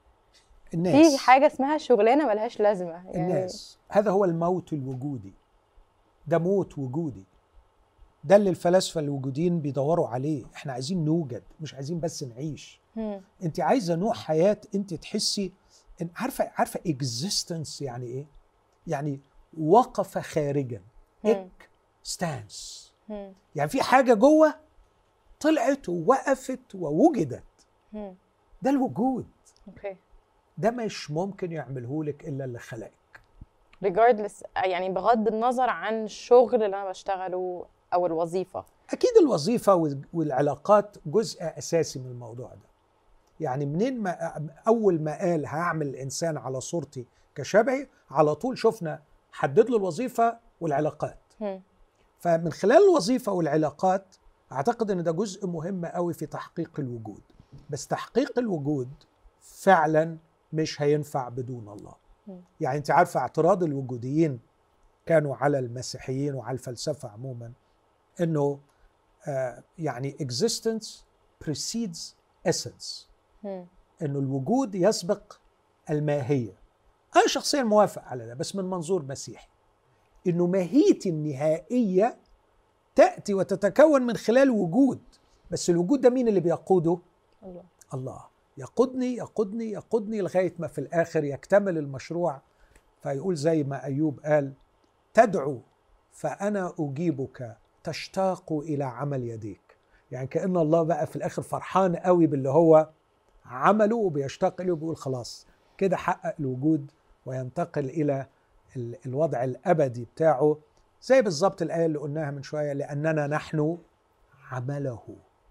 الناس في حاجة اسمها شغلانة ملهاش لازمة يعني. الناس هذا هو الموت الوجودي، ده موت وجودي، ده اللي الفلاسفة الوجوديين بيدوروا عليه. احنا عايزين نوجد، مش عايزين بس نعيش. هم. انت عايزة نوع حياة انت تحسي إن عارفة عارفة existence يعني ايه؟ يعني وقف خارجا، اك ستانس، يعني في حاجة جوه طلعت ووقفت ووجدت. هم. ده الوجود. اوكي. ده مش ممكن يعمله لك الا اللي خلقك. regardless، يعني بغض النظر عن الشغل اللي انا بشتغله او الوظيفه. اكيد الوظيفه والعلاقات جزء اساسي من الموضوع ده. يعني منين ما اول ما قال هعمل الانسان على صورتي كشبهي، على طول شفنا حدد له الوظيفه والعلاقات. هم. فمن خلال الوظيفه والعلاقات اعتقد ان ده جزء مهم قوي في تحقيق الوجود. بس تحقيق الوجود فعلا مش هينفع بدون الله. يعني انت عارفه اعتراض الوجوديين كانوا على المسيحيين وعلى الفلسفه عموما انه آه يعني existence precedes essence، هم. انه الوجود يسبق الماهيه. انا شخصيا موافق على ده، بس من منظور مسيحي، انه ماهيتي النهائيه تاتي وتتكون من خلال وجود. بس الوجود ده مين اللي بيقوده؟ الله. الله يقودني يقودني يقودني لغايه ما في الاخر يكتمل المشروع. فيقول زي ما ايوب قال تدعو فانا اجيبك، تشتاق الى عمل يديك. يعني كأن الله بقى في الاخر فرحان قوي باللي هو عمله وبيشتاق له، وبيقول خلاص كده حقق الوجود وينتقل الى الوضع الابدي بتاعه. زي بالظبط الايه اللي قلناها من شويه، لاننا نحن عمله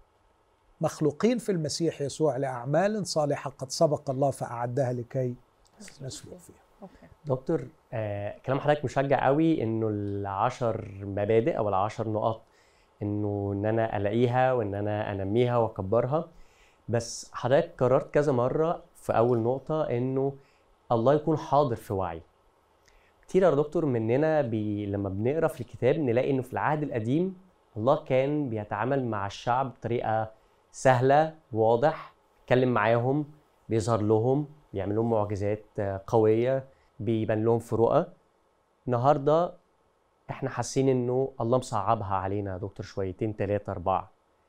مخلوقين في المسيح يسوع لأعمال صالحة قد سبق الله فأعدها لكي نسلك فيها. اوكي. دكتور، آه، كلام حضرتك مشجع قوي، انه العشر مبادئ او العشر نقط انه ان انا الاقيها وان انا انميها واكبرها. بس حضرتك قررت كذا مرة في اول نقطة انه الله يكون حاضر في وعي. كتير يا دكتور مننا بي لما بنقرا في الكتاب نلاقي انه في العهد القديم الله كان بيتعامل مع الشعب بطريقة سهلة، واضح، يتكلم معاهم، بيظهر لهم، بيعمل لهم معجزات قوية، بيبان لهم في رؤى. النهاردة احنا حاسين انه الله مصعبها علينا يا دكتور شويتين تلاتة اربعة،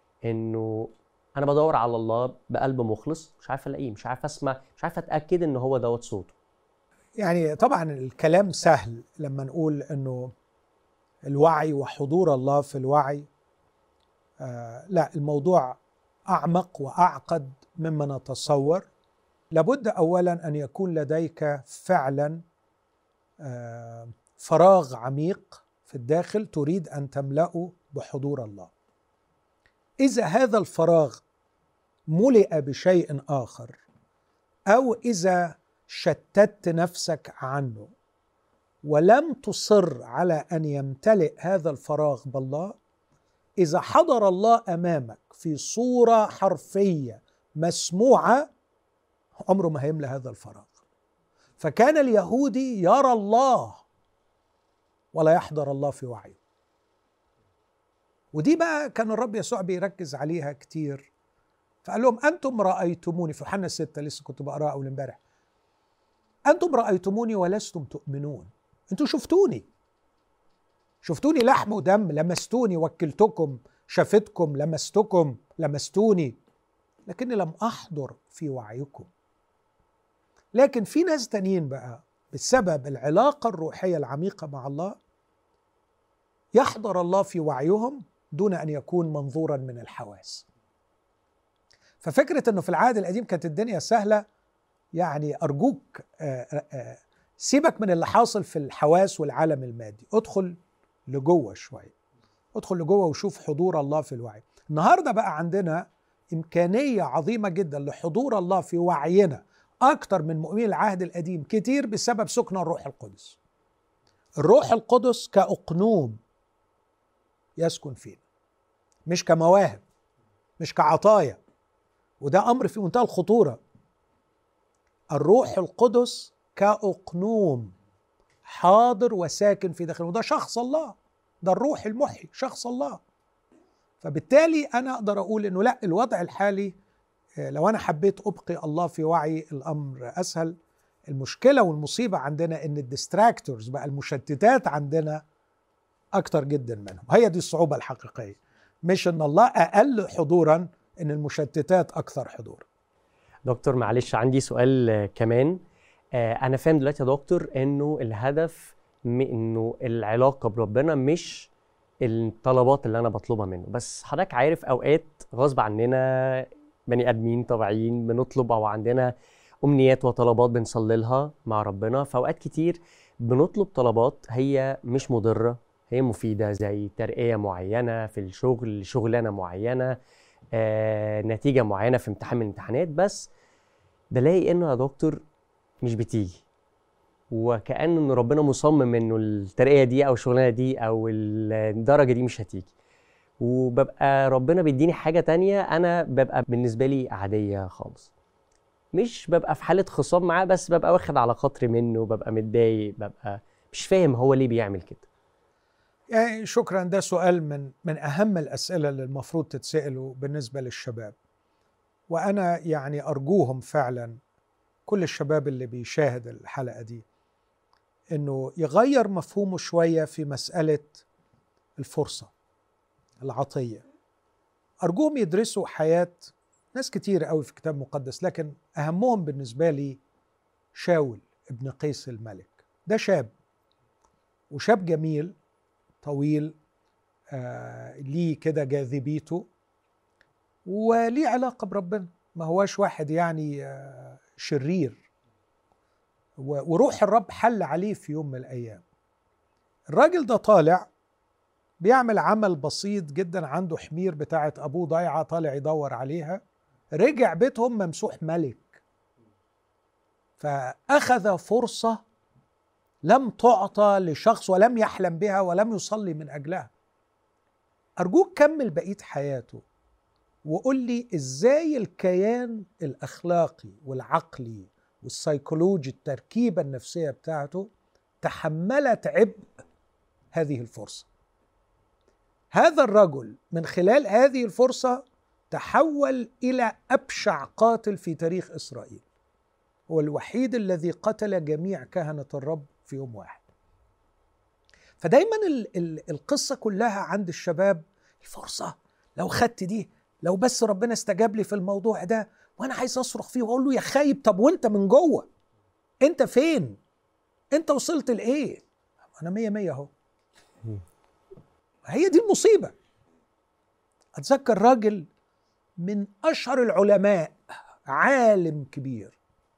انه انا بدور على الله بقلب مخلص، مش عارف الاقيه، مش عارف اسمع، مش عارف اتأكد انه هو دوت صوته. يعني طبعا الكلام سهل لما نقول انه الوعي وحضور الله في الوعي. آه لا، الموضوع أعمق وأعقد مما نتصور. لابد أولا أن يكون لديك فعلا فراغ عميق في الداخل تريد أن تملأه بحضور الله. إذا هذا الفراغ ملئ بشيء آخر، أو إذا شتت نفسك عنه ولم تصر على أن يمتلئ هذا الفراغ بالله، إذا حضر الله أمامك في صورة حرفية مسموعة، عمره ما هيملأ هذا الفراغ. فكان اليهودي يرى الله ولا يحضر الله في وعيه. ودي بقى كان الرب يسوع بيركز عليها كتير. فقال لهم أنتم رأيتموني في يوحنا ستة، لسه كنت بقرأها أول امبارح، أنتم رأيتموني ولستم تؤمنون. أنتم شفتوني شفتوني لحم ودم، لمستوني، وكلتكم، شفتكم، لمستكم، لمستوني، لكني لم أحضر في وعيكم. لكن في ناس تانيين بقى بسبب العلاقة الروحية العميقة مع الله يحضر الله في وعيهم دون أن يكون منظورا من الحواس. ففكرة أنه في العهد القديم كانت الدنيا سهلة، يعني أرجوك آآ آآ سيبك من اللي حاصل في الحواس والعالم المادي، ادخل لجوه شوية، ادخل لجوه وشوف حضور الله في الوعي. النهاردة بقى عندنا إمكانية عظيمة جدا لحضور الله في وعينا أكتر من مؤمنين العهد القديم كتير بسبب سكن الروح القدس. الروح القدس كأقنوم يسكن فينا، مش كمواهب، مش كعطايا، وده أمر في منتهى الخطورة. الروح القدس كأقنوم حاضر وساكن في داخله، وده شخص الله، ده الروح المحيي شخص الله. فبالتالي أنا أقدر أقول إنه لا، الوضع الحالي لو أنا حبيت أبقي الله في وعي الأمر أسهل. المشكلة والمصيبة عندنا إن الديستراكتورز بقى، المشتتات عندنا أكتر جدا منهم. هي دي الصعوبة الحقيقية، مش إن الله أقل حضورا، إن المشتتات أكثر حضور. دكتور معلش عندي سؤال كمان. أنا فاهم دلوقتي يا دكتور إنه الهدف إنه العلاقة بربنا مش الطلبات اللي أنا بطلبها منه، بس حضرتك عارف أوقات غصب عننا بني آدمين طبيعيين بنطلب، أو عندنا أمنيات وطلبات بنصلي لها مع ربنا. فأوقات كتير بنطلب طلبات هي مش مضرة، هي مفيدة، زي ترقية معينة في الشغل، شغلانة معينة، آه، نتيجة معينة في امتحان من الامتحانات، بس بلاقي إنه يا دكتور مش بتيجي، وكأن إن ربنا مصمم إنه الترقية دي أو الشغلانة دي أو الدرجة دي مش هتيجي، وببقى ربنا بيديني حاجة تانية أنا ببقى بالنسبة لي عادية خالص. مش ببقى في حالة خصام معاه، بس ببقى واخد على خاطري منه، ببقى متضايق، ببقى مش فاهم هو ليه بيعمل كده. يعني شكرا، ده سؤال من من أهم الأسئلة اللي المفروض تتسأله بالنسبة للشباب. وأنا يعني أرجوهم فعلا كل الشباب اللي بيشاهد الحلقة دي إنه يغير مفهومه شوية في مسألة الفرصة العطية. أرجوهم يدرسوا حياة ناس كتير قوي في الكتاب المقدس، لكن أهمهم بالنسبة لي شاول ابن قيس الملك. ده شاب، وشاب جميل طويل، آه ليه كده جاذبيته وليه علاقة بربنا، ما هواش واحد يعني آه شرير، وروح الرب حل عليه في يوم من الأيام. الراجل ده طالع بيعمل عمل بسيط جدا، عنده حمير بتاعت أبوه ضايعة، طالع يدور عليها، رجع بيتهم ممسوح ملك، فأخذ فرصة لم تعطى لشخص ولم يحلم بها ولم يصلي من أجلها. أرجوك كمل بقية حياته وقول لي إزاي الكيان الأخلاقي والعقلي والسيكولوجي، التركيبة النفسية بتاعته تحملت عبء هذه الفرصة. هذا الرجل من خلال هذه الفرصة تحول إلى أبشع قاتل في تاريخ إسرائيل، هو الوحيد الذي قتل جميع كهنة الرب في يوم واحد. فدايما ال ال القصة كلها عند الشباب الفرصة، لو خدت دي، لو بس ربنا استجاب لي في الموضوع ده، وانا عايز اصرخ فيه واقول له يا خايب، طب وانت من جوه انت فين؟ انت وصلت لايه؟ انا مية مية اهو. هي دي المصيبة. اتذكر راجل من اشهر العلماء، عالم كبير،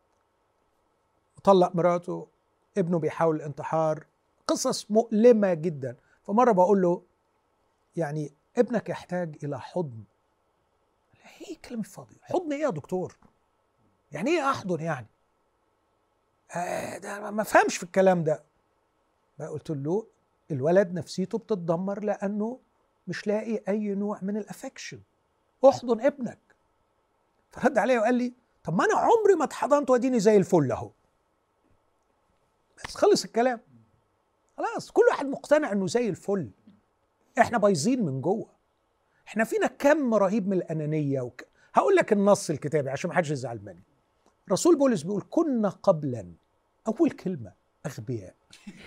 طلق مراته، ابنه بيحاول الانتحار، قصص مؤلمة جدا. فمرة بقول له يعني ابنك يحتاج إلى حضن. ايه كلام فاضي؟ حضن ايه يا دكتور؟ يعني ايه احضن يعني؟ آه ده ما فهمش في الكلام ده. بقى قلت له الولد نفسيته بتتدمر لأنه مش لاقي أي نوع من الأفكشن، احضن ابنك. فرد عليه وقال لي طب ما أنا عمري ما اتحضنت واديني زي الفل أهو. بس خلص الكلام، خلاص كل واحد مقتنع انه زي الفل. احنا بايظين من جوه، احنا فينا كم رهيب من الانانيه وك... هقول لك النص الكتابي عشان ما حدش يزعل مني. رسول بولس بيقول كنا قبلا، اول كلمه، اغبياء.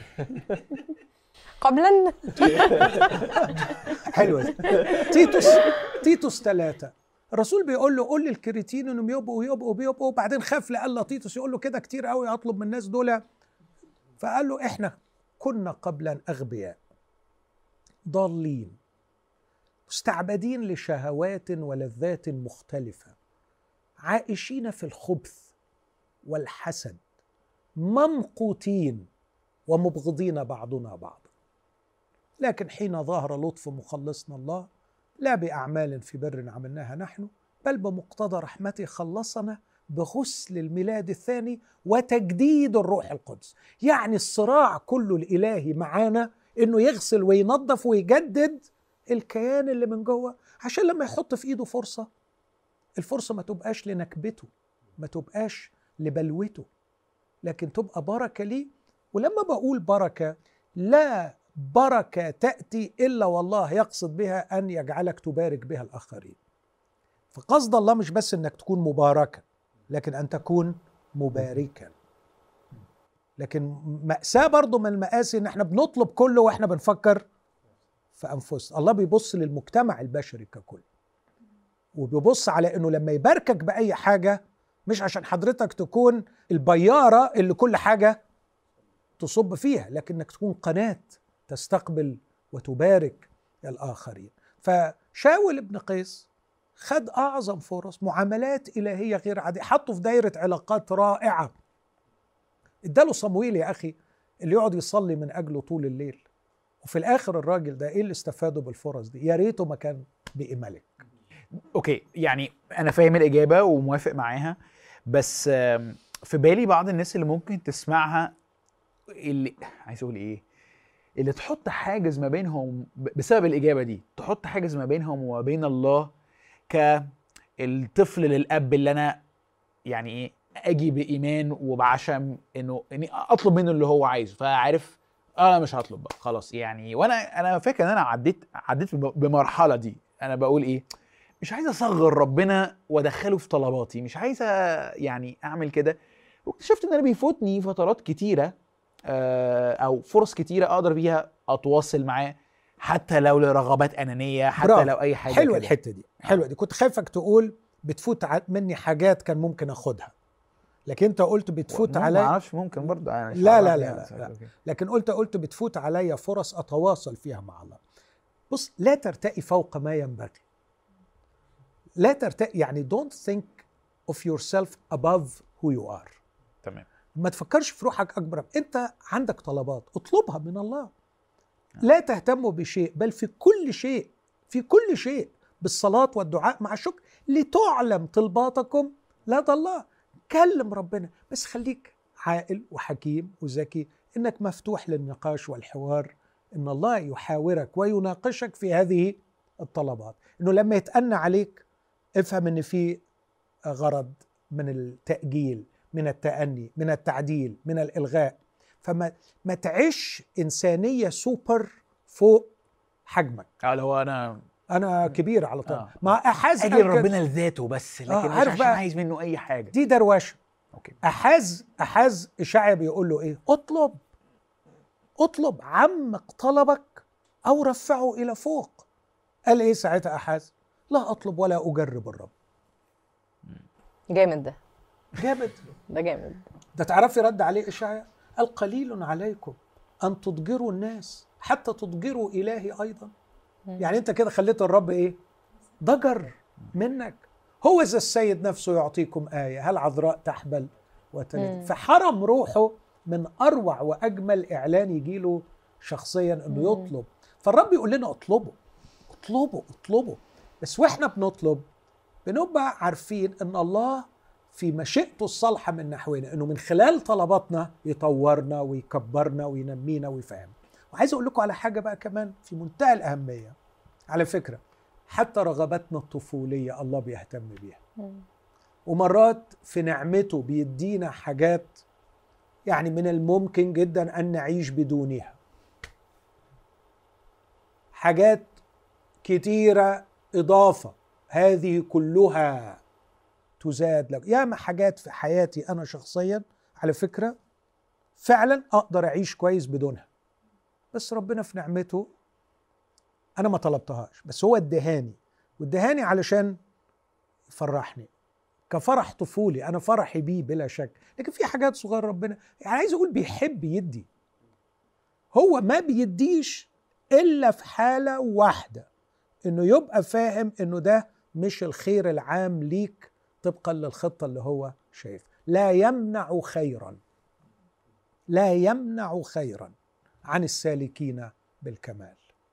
قبلا. حلوه. تيتوس تيتوس ثلاثة الرسول بيقول له قول للكريتين انهم يبقوا يبقوا بيبقوا، وبعدين خاف لقال لطيطس يقول له كده كتير قوي اطلب من الناس دول، فقال له احنا كنا قبلا اغبياء ضالين مستعبدين لشهوات ولذات مختلفة، عائشين في الخبث والحسد، ممقوتين ومبغضين بعضنا بعضا. لكن حين ظهر لطف مخلصنا الله لا بأعمال في بر عملناها نحن، بل بمقتضى رحمته خلصنا بغسل الميلاد الثاني وتجديد الروح القدس. يعني الصراع كله الإلهي معانا إنه يغسل وينظف ويجدد الكيان اللي من جوه، عشان لما يحط في إيده فرصة، الفرصة ما تبقاش لنكبته، ما تبقاش لبلوته، لكن تبقى بركة ليه. ولما بقول بركة، لا بركة تأتي إلا والله يقصد بها أن يجعلك تبارك بها الآخرين. فقصد الله مش بس أنك تكون مباركا، لكن أن تكون مباركا. لكن مأساة برضو من المآسي أن احنا بنطلب كله وإحنا بنفكر في أنفسنا. الله بيبص للمجتمع البشري ككل، وبيبص على أنه لما يباركك بأي حاجة مش عشان حضرتك تكون البيارة اللي كل حاجة تصب فيها، لكنك تكون قناة تستقبل وتبارك الآخرين. فشاول ابن قيس خد أعظم فرص، معاملات إلهية غير عادية، حطه في دايرة علاقات رائعة. اداله صمويل يا أخي اللي يقعد يصلي من أجله طول الليل، وفي الآخر الراجل ده إيه اللي استفاده بالفرص دي؟ يا ريته ما كان بقي ملك. اوكي، يعني انا فاهم الاجابه وموافق معاها، بس في بالي بعض الناس اللي ممكن تسمعها، اللي عايز اقول ايه، اللي تحط حاجز ما بينهم بسبب الاجابه دي، تحط حاجز ما بينهم وما بين الله، كالطفل للاب اللي انا يعني ايه اجي بايمان وبعشم انه اني اطلب منه اللي هو عايزه، فعارف انا مش هطلب بقى خلاص يعني. وانا انا فاكر ان انا عديت عديت بمرحله دي، انا بقول ايه، مش عايز اصغر ربنا وادخله في طلباتي، مش عايز يعني اعمل كده. واكتشفت ان انا بيفوتني فترات كتيره او فرص كتيره اقدر بيها اتواصل معاه، حتى لو لرغبات انانيه، حتى برافو. لو اي حاجه حلوه كده. الحته دي حلوه دي. كنت خايفك تقول بتفوت مني حاجات كان ممكن اخدها، لكن انت قلت بتفوت عليا، ما اعرفش ممكن برضه يعني لا لا لا, لا, لا. لكن قلت قلت بتفوت عليا فرص اتواصل فيها مع الله. بص، لا ترتقي فوق ما ينبغي، لا ترتقي، يعني don't think of yourself above who you are. تمام. ما تفكرش في روحك أكبر. أنت عندك طلبات اطلبها من الله. لا تهتموا بشيء، بل في كل شيء، في كل شيء بالصلاة والدعاء مع الشكر لتعلم طلباتكم لدى الله. كلم ربنا، بس خليك عاقل وحكيم وذكي، إنك مفتوح للنقاش والحوار، إن الله يحاورك ويناقشك في هذه الطلبات. إنه لما يتأنى عليك افهم إن في غرض من التأجيل، من التأني، من التعديل، من الإلغاء. فما ما تعيش إنسانية سوبر فوق حجمك. اه هو أنا أنا كبير على طول. آه. ما أحاز أجي ربنا لذاته بس، لكن آه مش عشان عايز منه أي حاجة. دي درواشة. أوكي. أحاز أحاز إشعيا بيقول له إيه؟ اطلب اطلب عمق طلبك أو رفعه إلى فوق. قال إيه ساعتها أحاز؟ لا أطلب ولا أجرب الرب. جامد ده جامد ده جامد ده. تعرفي رد عليه إشعيا؟ قال قليل عليكم أن تضجروا الناس حتى تضجروا إلهي أيضا. يعني أنت كده خليت الرب إيه؟ ضجر منك. هو إذا السيد نفسه يعطيكم آية، هل عذراء تحبل وتلد؟ فحرم روحه من أروع وأجمل إعلان يجيله شخصيا أنه يطلب. فالرب يقول لنا اطلبوا اطلبوا اطلبوا. بس وإحنا بنطلب بنبقى عارفين أن الله في مشيئته الصالحة من نحونا، أنه من خلال طلباتنا يطورنا ويكبرنا وينمينا ويفهمنا. وعايز أقول لكم على حاجة بقى كمان في منتهى الأهمية. على فكرة حتى رغباتنا الطفولية الله بيهتم بيها، ومرات في نعمته بيدينا حاجات يعني من الممكن جدا أن نعيش بدونها، حاجات كتيرة إضافة، هذه كلها تزاد لك. ياما حاجات في حياتي أنا شخصيا على فكرة فعلا أقدر أعيش كويس بدونها، بس ربنا في نعمته أنا ما طلبتهاش، بس هو ادهاني، وادهاني علشان يفرحني كفرح طفولي، انا فرحي بيه بلا شك. لكن في حاجات صغيره ربنا يعني عايز اقول بيحب يدي، هو ما بيديش الا في حاله واحده، انه يبقى فاهم انه ده مش الخير العام ليك طبقا للخطه اللي هو شايف. لا يمنع خيرا، لا يمنع خيرا عن السالكين بالكمال.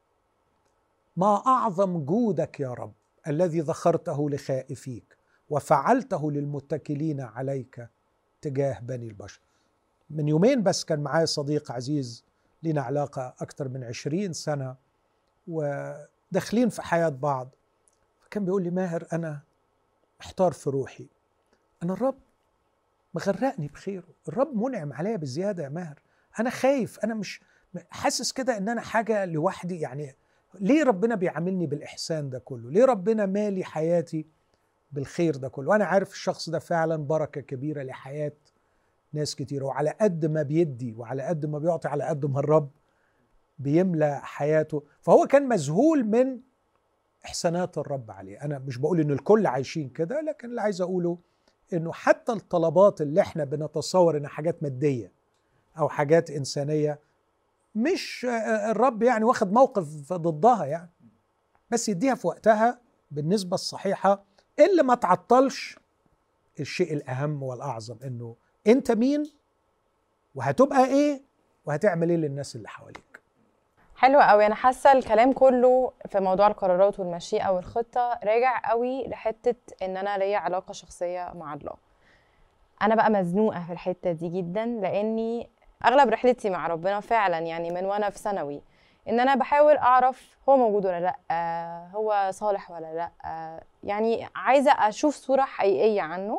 ما اعظم جودك يا رب الذي ذخرته لخائفيك وفعلته للمتكلين عليك تجاه بني البشر. من يومين بس كان معايا صديق عزيز لنا علاقة أكثر من عشرين سنة وداخلين في حياة بعض، فكان بيقول لي ماهر أنا محتار في روحي، أنا الرب مغرقني بخيره، الرب منعم عليا بزيادة يا ماهر، أنا خايف، أنا مش حاسس كده إن أنا حاجة لوحدي، يعني ليه ربنا بيعاملني بالإحسان ده كله؟ ليه ربنا مالي حياتي بالخير ده كله؟ وأنا عارف الشخص ده فعلا بركة كبيرة لحياة ناس كتير، وعلى قد ما بيدي وعلى قد ما بيعطي على قد ما الرب بيملى حياته. فهو كان مذهول من إحسانات الرب عليه. أنا مش بقول إن الكل عايشين كده، لكن اللي عايز أقوله إنه حتى الطلبات اللي إحنا بنتصور إنها حاجات مادية أو حاجات إنسانية، مش الرب يعني واخد موقف ضدها يعني، بس يديها في وقتها بالنسبة الصحيحة اللي ما تعطلش الشيء الأهم والأعظم، إنه أنت مين وهتبقى إيه وهتعمل إيه للناس اللي حواليك. حلو قوي. انا حاسه الكلام كله في موضوع القرارات والمشيئه والخطه راجع قوي لحته ان انا ليا علاقه شخصيه مع الله. انا بقى مزنوقه في الحته دي جدا، لاني اغلب رحلتي مع ربنا فعلا يعني من وانا في ثانوي ان انا بحاول اعرف هو موجود ولا لا، هو صالح ولا لا، يعني عايزه اشوف صوره حقيقيه عنه.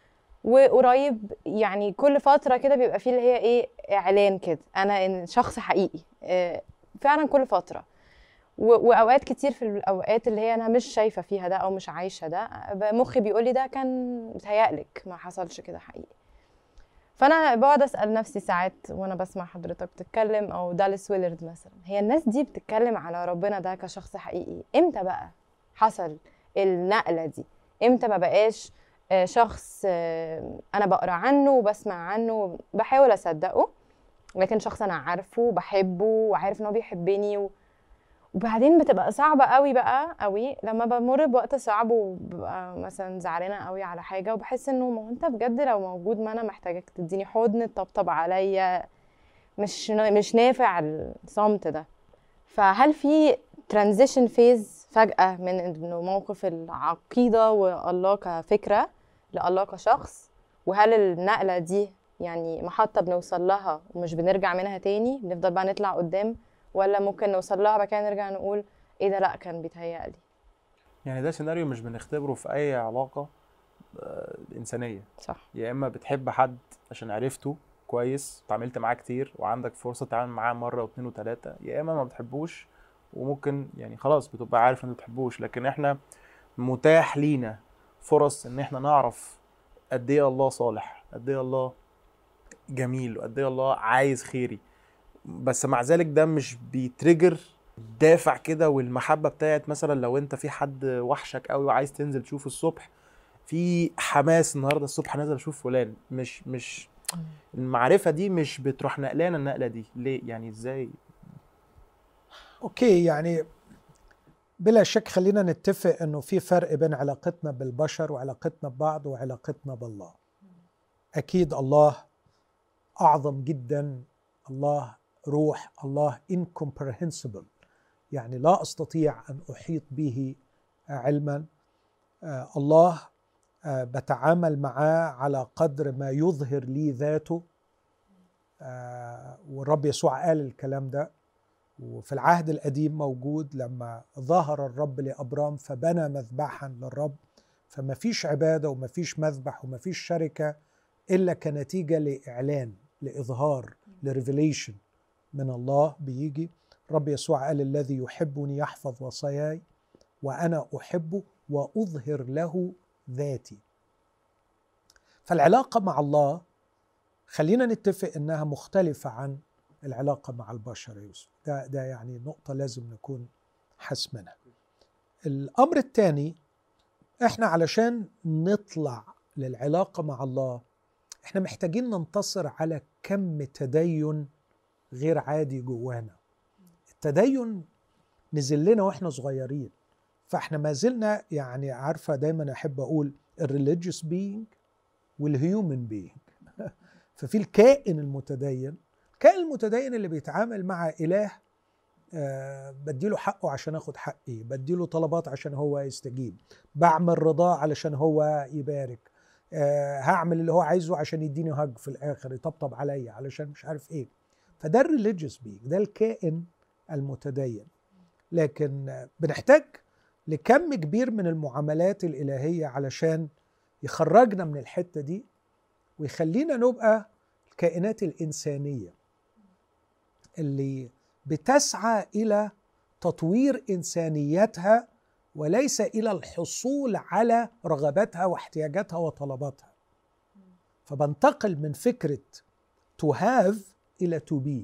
وقريب يعني كل فتره كده بيبقى فيه اللي هي ايه اعلان كده انا إن شخص حقيقي فعلا كل فتره. واوقات كتير في الاوقات اللي هي انا مش شايفه فيها ده او مش عايشه ده، مخي بيقول لي ده كان متهيألك، ما حصلش كده حقيقي. فانا بقعد اسال نفسي ساعات وانا بسمع حضرتك بتتكلم او داليس ويلرد مثلا، هي الناس دي بتتكلم على ربنا ده كشخص حقيقي، امتى بقى حصل النقله دي؟ امتى ما بقاش شخص انا بقرا عنه وبسمع عنه بحاول اصدقه، لكن شخص انا عارفه وبحبه وعارف ان هو بيحبني و... وبعدين بتبقى صعبه قوي بقى قوي لما بمر بوقت صعب وببقى مثلا زعلانه قوي على حاجه وبحس انه ما انت بجد لو موجود ما انا محتاجك تديني حضن تطبطب عليا، مش مش نافع الصمت ده. فهل في ترانزيشن فيز فجاه من انه موقف العقيده والله كفكره لله كشخص، وهل النقله دي يعني محطه بنوصل لها ومش بنرجع منها تاني بنفضل بقى نطلع قدام، ولا ممكن نوصل لها بقى كده نرجع نقول ايه ده لا كان بيتهيألي؟ يعني ده سيناريو مش بنختبره في اي علاقه آه انسانيه. صح. يا اما بتحب حد عشان عرفته كويس وتعاملت معاه كتير وعندك فرصه تتعامل معاه مره واثنين وثلاثه، يا اما ما بتحبوش وممكن يعني خلاص بتبقى عارف ان ما بتحبوش. لكن احنا متاح لينا فرص ان احنا نعرف قد ايه الله صالح، قد ايه الله جميل، وقد ايه الله عايز خيري. بس مع ذلك ده مش بيتريجر دافع كده والمحبه بتاعت مثلا لو انت في حد وحشك قوي وعايز تنزل تشوفه الصبح، في حماس النهارده الصبح نازل اشوف فلان، مش مش المعرفه دي مش بتروح نقلانا النقله دي ليه؟ يعني ازاي؟ اوكي، يعني بلا شك خلينا نتفق انه في فرق بين علاقتنا بالبشر وعلاقتنا ببعض وعلاقتنا بالله. اكيد الله اعظم جدا، الله روح، الله incomprehensible، يعني لا استطيع ان احيط به علما. آه الله آه بتعامل معاه على قدر ما يظهر لي ذاته، آه والرب يسوع قال الكلام ده، وفي العهد القديم موجود لما ظهر الرب لأبرام فبنى مذبحا للرب. فما فيش عبادة وما فيش مذبح وما فيش شركة إلا كنتيجة لإعلان، لإظهار، لريفيليشن من الله بيجي. الرب يسوع قال الذي يحبني يحفظ وصاياي وأنا أحبه وأظهر له ذاتي. فالعلاقة مع الله خلينا نتفق إنها مختلفة عن العلاقة مع البشر يا يوسف. ده, ده يعني نقطة لازم نكون حاسمينها. الأمر الثاني احنا علشان نطلع للعلاقة مع الله احنا محتاجين ننتصر على كم تدين غير عادي جوانا. التدين نزل لنا واحنا صغيرين، فاحنا ما زلنا يعني عارفة دايما احب اقول الريليجيوس بينج والهيومن بينج. ففي الكائن المتدين، الكائن المتدين اللي بيتعامل مع إله أه بديله حقه عشان اخد حقي، بديله طلبات عشان هو يستجيب، بعمل رضاه علشان هو يبارك، أه هعمل اللي هو عايزه عشان يديني هج في الاخر، يطبطب عليا علشان مش عارف ايه. فده الريليجيوس بينج، ده الكائن المتدين. لكن بنحتاج لكم كبير من المعاملات الإلهية علشان يخرجنا من الحتة دي ويخلينا نبقى الكائنات الإنسانية اللي بتسعى إلى تطوير إنسانيتها وليس إلى الحصول على رغباتها واحتياجاتها وطلباتها. فبنتقل من فكرة to have إلى to be.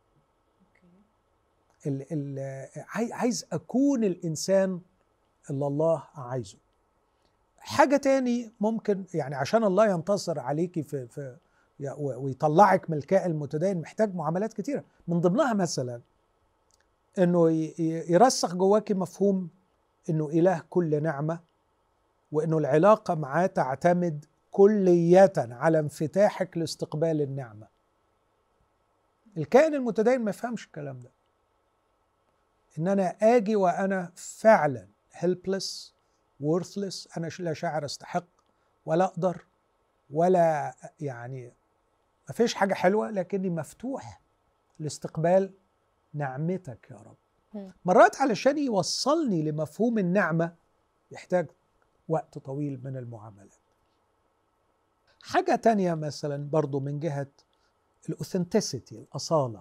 ال ال عايز أكون الإنسان اللي الله عايزه. حاجة تاني ممكن يعني عشان الله ينتصر عليكي في, في ويطلعك من الكائن المتدين محتاج معاملات كتيرة، من ضمنها مثلا انه يرسخ جواكي مفهوم انه اله كل نعمة، وانه العلاقة معاه تعتمد كلية على انفتاحك لاستقبال النعمة. الكائن المتدين ما يفهمش الكلام ده، ان انا اجي وانا فعلا helpless worthless، انا لا شاعر استحق ولا اقدر ولا يعني ما فيش حاجة حلوة، لكني مفتوح لاستقبال نعمتك يا رب. مرات علشان يوصلني لمفهوم النعمة يحتاج وقت طويل من المعاملات. حاجة تانية مثلا برضو من جهة الاوثنتسيتي، الأصالة.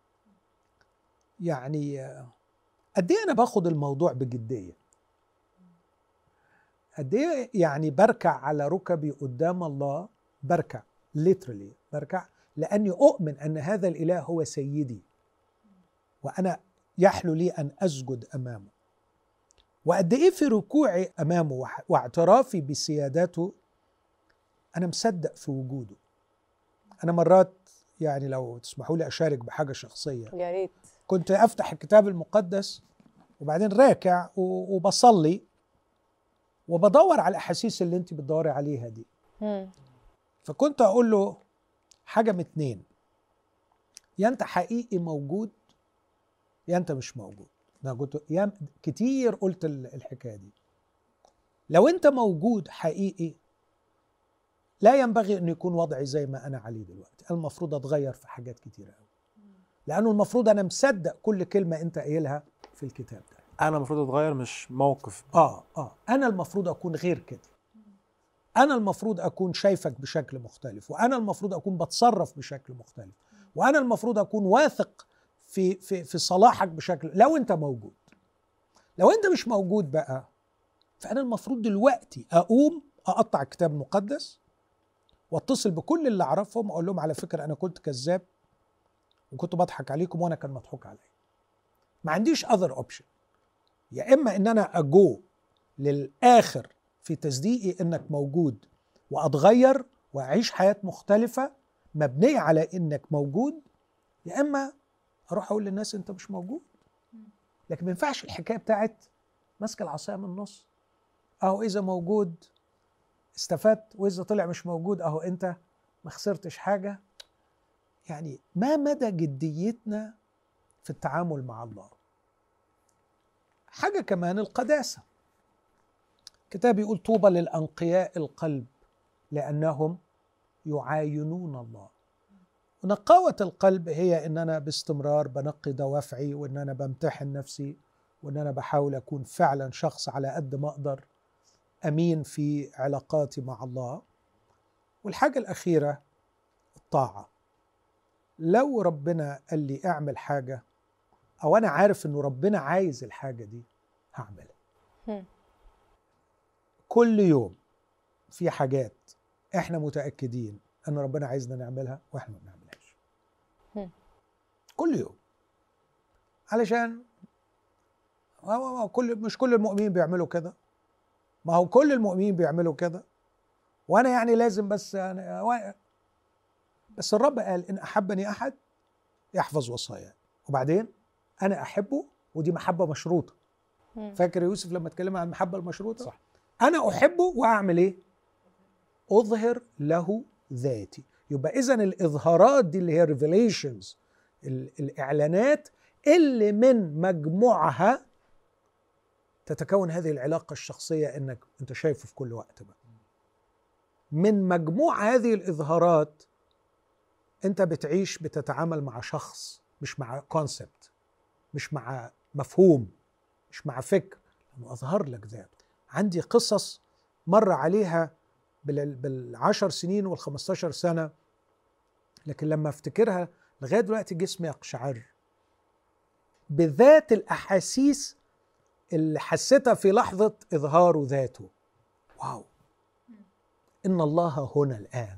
يعني قد ايه انا باخد الموضوع بجدية، قد ايه يعني بركع على ركبي قدام الله، بركع literally بركع لأني أؤمن أن هذا الإله هو سيدي وأنا يحلو لي أن أسجد أمامه. وقد إيه في ركوعي أمامه واعترافي بسيادته أنا مصدق في وجوده. أنا مرات يعني لو تسمحوا لي أشارك بحاجة شخصية، يا ريت. كنت أفتح الكتاب المقدس وبعدين راكع وبصلي وبدور على الأحاسيس اللي أنت بتدوري عليها دي. مم. فكنت أقول له حاجة من اتنين، يا أنت حقيقي موجود يا أنت مش موجود. أنا قلت يا كتير قلت الحكاية دي. لو أنت موجود حقيقي لا ينبغي أن يكون وضعي زي ما أنا عليه دلوقتي، المفروض أتغير في حاجات كتيرة قوي، لأنه المفروض أنا مصدق كل كلمة أنت قايلها في الكتاب ده. أنا المفروض أتغير مش موقف. آه آه أنا المفروض أكون غير كده، أنا المفروض أكون شايفك بشكل مختلف، وأنا المفروض أكون بتصرف بشكل مختلف، وأنا المفروض أكون واثق في في في صلاحك بشكل. لو أنت موجود، لو أنت مش موجود بقى فأنا المفروض دلوقتي أقوم أقطع الكتاب المقدس واتصل بكل اللي أعرفهم أقول لهم على فكرة أنا كنت كذاب وكنت بضحك عليكم وأنا كان مضحوك علي. ما عنديش other option، يا إما إن أنا أجو للآخر في تصديقي إنك موجود وأتغير وأعيش حياة مختلفة مبنية على إنك موجود، يا إما أروح أقول للناس أنت مش موجود. لكن ما ينفعش الحكاية بتاعت ماسك العصاية من النص، أهو إذا موجود استفدت وإذا طلع مش موجود أهو أنت ما خسرتش حاجة. يعني ما مدى جديتنا في التعامل مع الله؟ حاجة كمان القداسة. الكتاب يقول طوبى للأنقياء القلب لأنهم يعاينون الله. ونقاوة القلب هي إن أنا باستمرار بنقي دوافعي، وإن أنا بمتحن نفسي، وإن أنا بحاول أكون فعلا شخص على قد ما أقدر أمين في علاقاتي مع الله. والحاجة الأخيرة الطاعة. لو ربنا قال لي اعمل حاجة أو أنا عارف إنه ربنا عايز الحاجة دي هعملها. كل يوم في حاجات إحنا متأكدين أن ربنا عايزنا نعملها وإحنا ما بنعملهاش. كل يوم، علشان كل مش كل المؤمنين بيعملوا كده، ما هو كل المؤمنين بيعملوا كده، وانا يعني لازم بس أنا بس الرب قال ان احبني احد يحفظ وصاياي، وبعدين انا احبه، ودي محبه مشروطه. فاكر يوسف لما اتكلم عن المحبه المشروطه؟ صح. انا احبه واعمل ايه؟ اظهر له ذاتي. يبقى اذا الاظهارات دي اللي هي ريفيليشنز، الاعلانات اللي من مجموعها تتكون هذه العلاقه الشخصيه، انك انت شايفه في كل وقت بقى. من مجموع هذه الاظهارات انت بتعيش، بتتعامل مع شخص، مش مع كونسبت، مش مع مفهوم، مش مع فكر، لانه اظهر لك ذاته. عندي قصص مر عليها بالعشر سنين والخمستاشر سنة، لكن لما افتكرها لغاية دلوقتي جسمي يقشعر بذات الأحاسيس اللي حسيتها في لحظة إظهار ذاته. واو، إن الله هنا الآن.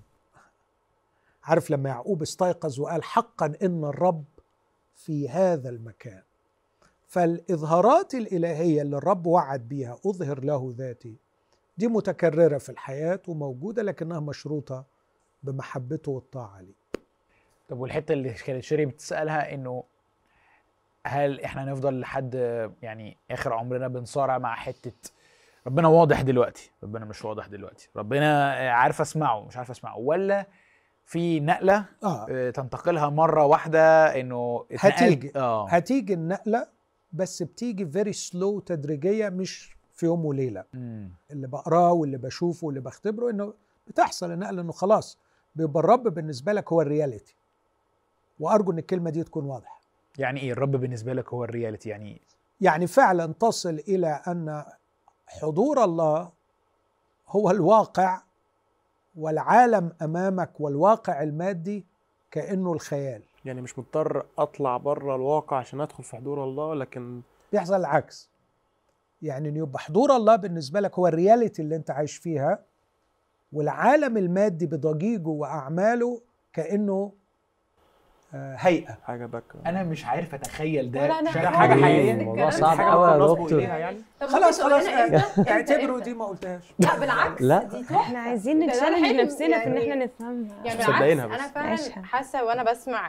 عارف لما يعقوب استيقظ وقال حقا إن الرب في هذا المكان. فالإظهارات الإلهية اللي الرب وعد بيها أظهر له ذاتي، دي متكررة في الحياة وموجودة، لكنها مشروطة بمحبته والطاعة لي. طب والحتة اللي كانت شيري بتسألها إنه هل إحنا نفضل لحد يعني آخر عمرنا بنصارع مع حتة ربنا واضح دلوقتي، ربنا مش واضح دلوقتي، ربنا عارف أسمعه مش عارف أسمعه، ولا في نقلة آه. تنتقلها مرة واحدة إنه هتيجي آه. هتيجي النقلة، بس بتيجي فيري سلو، تدريجية، مش في يوم وليلة. مم. اللي بقراه واللي بشوفه واللي بختبره إنه بتحصل النقلة، إنه خلاص بيبقى الرب بالنسبة لك هو الرياليتي. وأرجو إن الكلمة دي تكون واضحة. يعني إيه الرب بالنسبة لك هو الرياليتي؟ يعني يعني فعلا تصل إلى أن حضور الله هو الواقع، والعالم أمامك والواقع المادي كأنه الخيال. يعني مش مضطر أطلع بره الواقع عشان أدخل في حضور الله، لكن بيحصل العكس. يعني أن يبقى حضور الله بالنسبة لك هو الرياليتي اللي أنت عايش فيها، والعالم المادي بضجيجه وأعماله كأنه هيئة. حاجة بك أنا مش عارف أتخيل ده ده حاجة حقيقية. الموضوع صعب قوي يا دكتور. يعني خلاص خلاص اعتبروا دي ما قلتهاش. لا بالعكس، لا دي تحفة. احنا عايزين نتشالنج نفسنا في ان احنا نفهمها. يعني مصدقينها بالعكس بس. انا فعلا حاسه وانا بسمع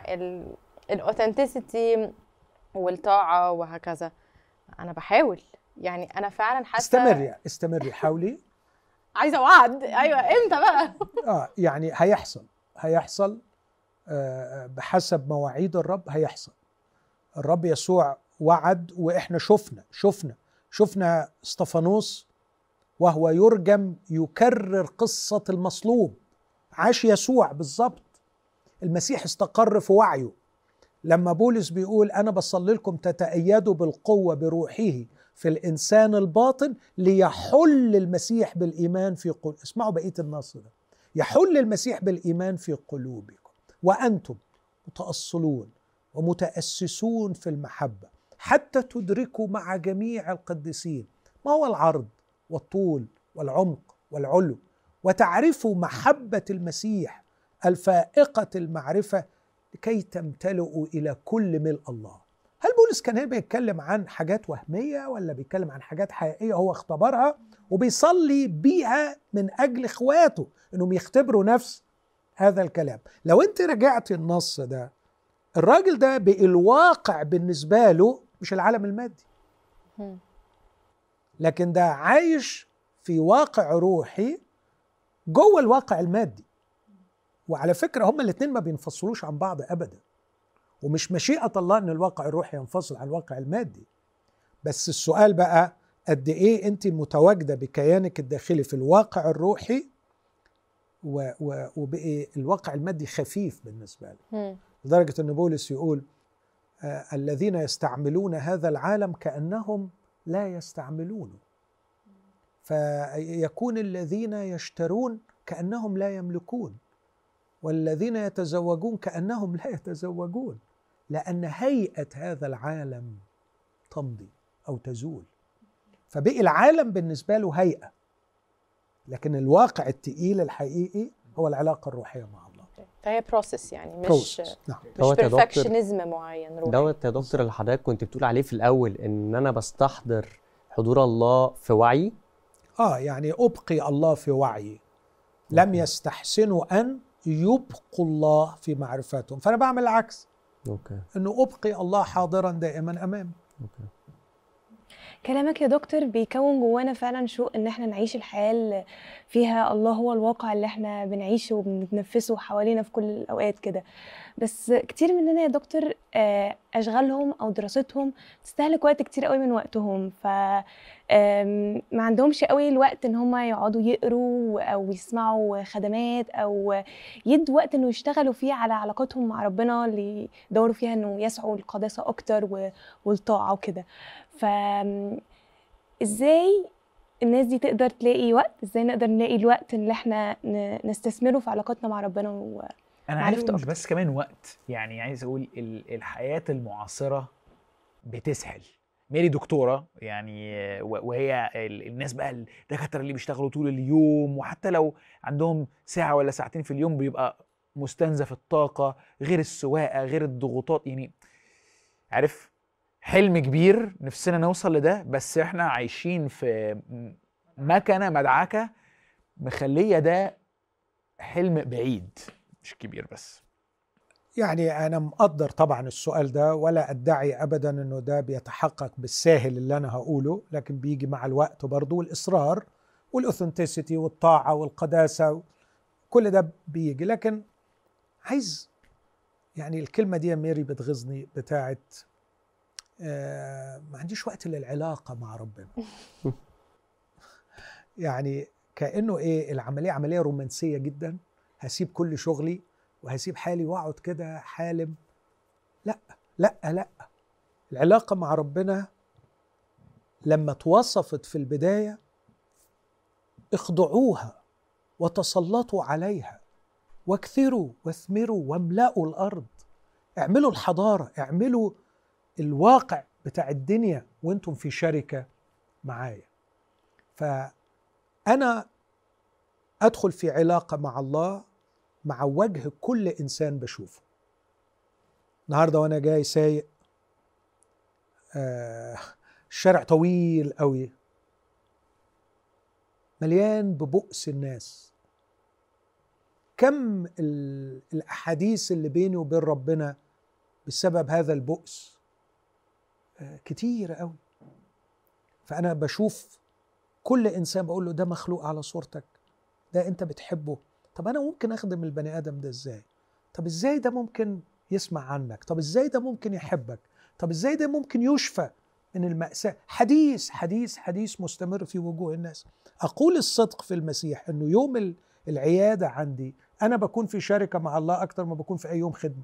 الاوثنتسيتي والطاعه وهكذا، انا بحاول، يعني انا فعلا حاسه. استمري استمري حاولي. عايزه وعد. ايوه امتى بقى؟ اه يعني هيحصل هيحصل آه بحسب مواعيد الرب هيحصل. الرب يسوع وعد، واحنا شفنا شفنا شفنا استفانوس وهو يرجم يكرر قصة المصلوب. عاش يسوع بالظبط. المسيح استقر في وعيه. لما بولس بيقول أنا بصلي لكم تتأيدوا بالقوة بروحه في الإنسان الباطن ليحل المسيح بالإيمان في قلوبكم. اسمعوا بقية النص ده. يحل المسيح بالإيمان في قلوبكم وأنتم متأصلون ومتأسسون في المحبة حتى تدركوا مع جميع القديسين ما هو العرض والطول والعمق والعلو، وتعرفوا محبة المسيح الفائقة المعرفة لكي تمتلئوا إلى كل ملء الله. هل بولس كان هنا بيتكلم عن حاجات وهمية ولا بيتكلم عن حاجات حقيقية هو اختبرها وبيصلي بيها من أجل إخواته إنهم يختبروا نفس هذا الكلام؟ لو أنت رجعت النص ده، الراجل ده بالواقع بالنسبة له مش العالم المادي، لكن ده عايش في واقع روحي جوه الواقع المادي. وعلى فكرة هما الاثنين ما بينفصلوش عن بعض أبدا، ومش مشيئة الله أن الواقع الروحي ينفصل عن الواقع المادي. بس السؤال بقى قد إيه أنت متواجدة بكيانك الداخلي في الواقع الروحي وبقى الواقع المادي خفيف بالنسبة له. لدرجة أن بولس يقول آه الذين يستعملون هذا العالم كأنهم لا يستعملونه، فيكون الذين يشترون كأنهم لا يملكون، والذين يتزوجون كأنهم لا يتزوجون، لأن هيئة هذا العالم تمضي أو تزول. فبقي العالم بالنسبة له هيئة، لكن الواقع التقيل الحقيقي هو العلاقة الروحية مع الله. فهي بروسس يعني مش بروسس. نعم. مش بيرفكشنزم معين روحي. دوت يا دكتور اللي حضرتك كنت بتقول عليه في الأول، إن أنا بستحضر حضور الله في وعي اه يعني ابقي الله في وعي، لم يستحسنوا ان يبقوا الله في معرفتهم، فانا بعمل العكس، اوكي انه ابقي الله حاضرا دائما امامي. اوكي كلامك يا دكتور بيكون جوانا فعلا شوق ان احنا نعيش الحياة اللي فيها الله هو الواقع اللي احنا بنعيشه وبنتنفسه حوالينا في كل الاوقات كده. بس كتير مننا يا دكتور آه، اشغالهم او دراستهم تستهلك وقت كتير قوي من وقتهم، ف آم، ما عندهمش قوي الوقت ان هم يقعدوا يقروا او يسمعوا خدمات او يدوا وقت انه يشتغلوا فيه على علاقاتهم مع ربنا اللي يدوروا فيها انه يسعوا القداسة اكتر و- والطاعة وكده. ف ازاي الناس دي تقدر تلاقي وقت، ازاي نقدر نلاقي الوقت اللي احنا ن- نستثمره في علاقاتنا مع ربنا و... انا عايز معرفته أقول مش أكتر. بس كمان وقت، يعني عايز اقول ال- الحياه المعاصره بتسهل. ميري دكتوره يعني، و- وهي ال- الناس بقى الدكاتره اللي بيشتغلوا طول اليوم، وحتى لو عندهم ساعه ولا ساعتين في اليوم بيبقى مستنزف الطاقه، غير السواقه غير الضغوطات. يعني عارف، حلم كبير نفسنا نوصل لده، بس احنا عايشين في م- مكنه مدعكه مخليه ده حلم بعيد مش كبير بس. يعني أنا مقدر طبعا السؤال ده، ولا أدعي أبدا أنه ده بيتحقق بالساهل اللي أنا هقوله، لكن بيجي مع الوقت برضه، والإصرار والأوثنتسيتي والطاعة والقداسة، كل ده بيجي. لكن عايز يعني الكلمة دي يا ميري بتغيظني، بتاعت آه ما عنديش وقت للعلاقة مع ربنا. يعني كأنه إيه، العملية عملية رومانسية جدا، هسيب كل شغلي وهسيب حالي واقعد كده حالم. لا لا لا، العلاقة مع ربنا لما توصفت في البداية، اخضعوها وتسلطوا عليها واكثروا واثمروا واملأوا الأرض. اعملوا الحضارة، اعملوا الواقع بتاع الدنيا وانتم في شركة معايا. فأنا أدخل في علاقة مع الله مع وجه كل إنسان بشوفه. النهاردة وأنا جاي سايق، آه الشارع طويل قوي مليان ببؤس الناس. كم الأحاديث اللي بيني وبين ربنا بسبب هذا البؤس آه كتير قوي. فأنا بشوف كل إنسان بقول له ده مخلوق على صورتك، ده أنت بتحبه. طب أنا ممكن أخدم البني آدم ده إزاي؟ طب إزاي ده ممكن يسمع عنك؟ طب إزاي ده ممكن يحبك؟ طب إزاي ده ممكن يشفى من المأساة؟ حديث حديث حديث مستمر في وجوه الناس. أقول الصدق في المسيح أنه يوم العيادة عندي أنا بكون في شركة مع الله أكتر ما بكون في أي يوم خدمة،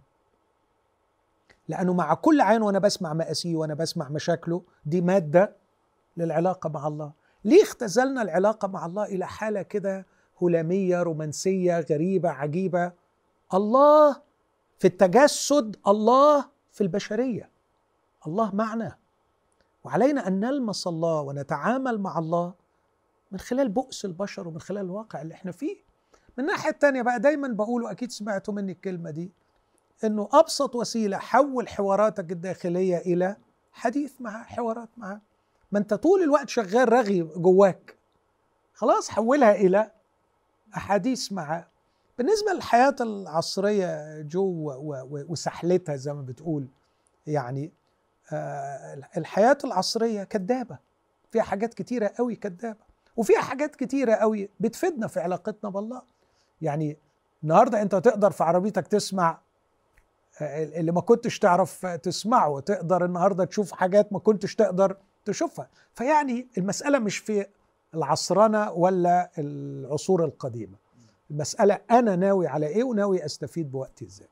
لأنه مع كل عين وأنا بسمع مآسيه وأنا بسمع مشاكله دي مادة للعلاقة مع الله. ليه اختزلنا العلاقة مع الله إلى حالة كده هلامية رومانسية غريبة عجيبة؟ الله في التجسد، الله في البشرية، الله معنا، وعلينا أن نلمس الله ونتعامل مع الله من خلال بؤس البشر ومن خلال الواقع اللي احنا فيه. من الناحية التانية بقى دايما بقوله، أكيد سمعتوا مني الكلمة دي، أنه أبسط وسيلة حول حواراتك الداخلية إلى حديث معه، حوارات معه. ما أنت طول الوقت شغال رغي جواك، خلاص حولها إلى أحاديث معه. بالنسبة للحياة العصرية جو وسحلتها زي ما بتقول، يعني آه الحياة العصرية كدابة، فيها حاجات كتيرة قوي كدابة، وفيها حاجات كتيرة قوي بتفيدنا في علاقتنا بالله. يعني النهاردة أنت تقدر في عربيتك تسمع اللي ما كنتش تعرف تسمعه، تقدر النهاردة تشوف حاجات ما كنتش تقدر تشوفها. فيعني المسألة مش في العصرنة ولا العصور القديمة، المسألة أنا ناوي على إيه وناوي أستفيد بوقتي إزاي.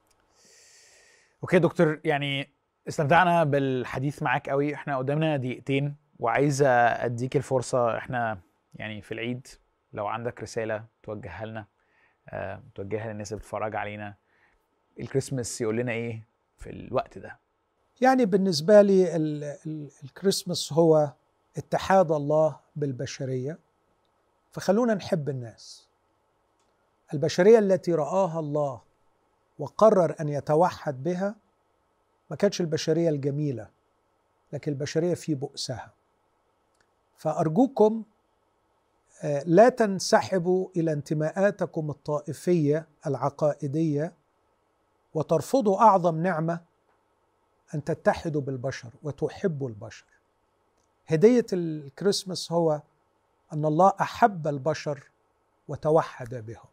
اوكي دكتور، يعني استمتعنا بالحديث معاك قوي. احنا قدامنا دقيقتين وعايز اديك الفرصة، احنا يعني في العيد لو عندك رسالة توجهها لنا، أه توجهها للناس اللي بتتفرج علينا، الكريسماس يقول لنا ايه في الوقت ده؟ يعني بالنسبة لي ال ال الكريسماس هو اتحاد الله بالبشرية، فخلونا نحب الناس. البشرية التي رآها الله وقرر أن يتوحد بها ما كانتش البشرية الجميلة، لكن البشرية في بؤسها. فأرجوكم لا تنسحبوا إلى انتماءاتكم الطائفية العقائدية وترفضوا أعظم نعمة أن تتحدوا بالبشر وتحبوا البشر. هدية الكريسماس هو أن الله أحب البشر وتوحد بهم.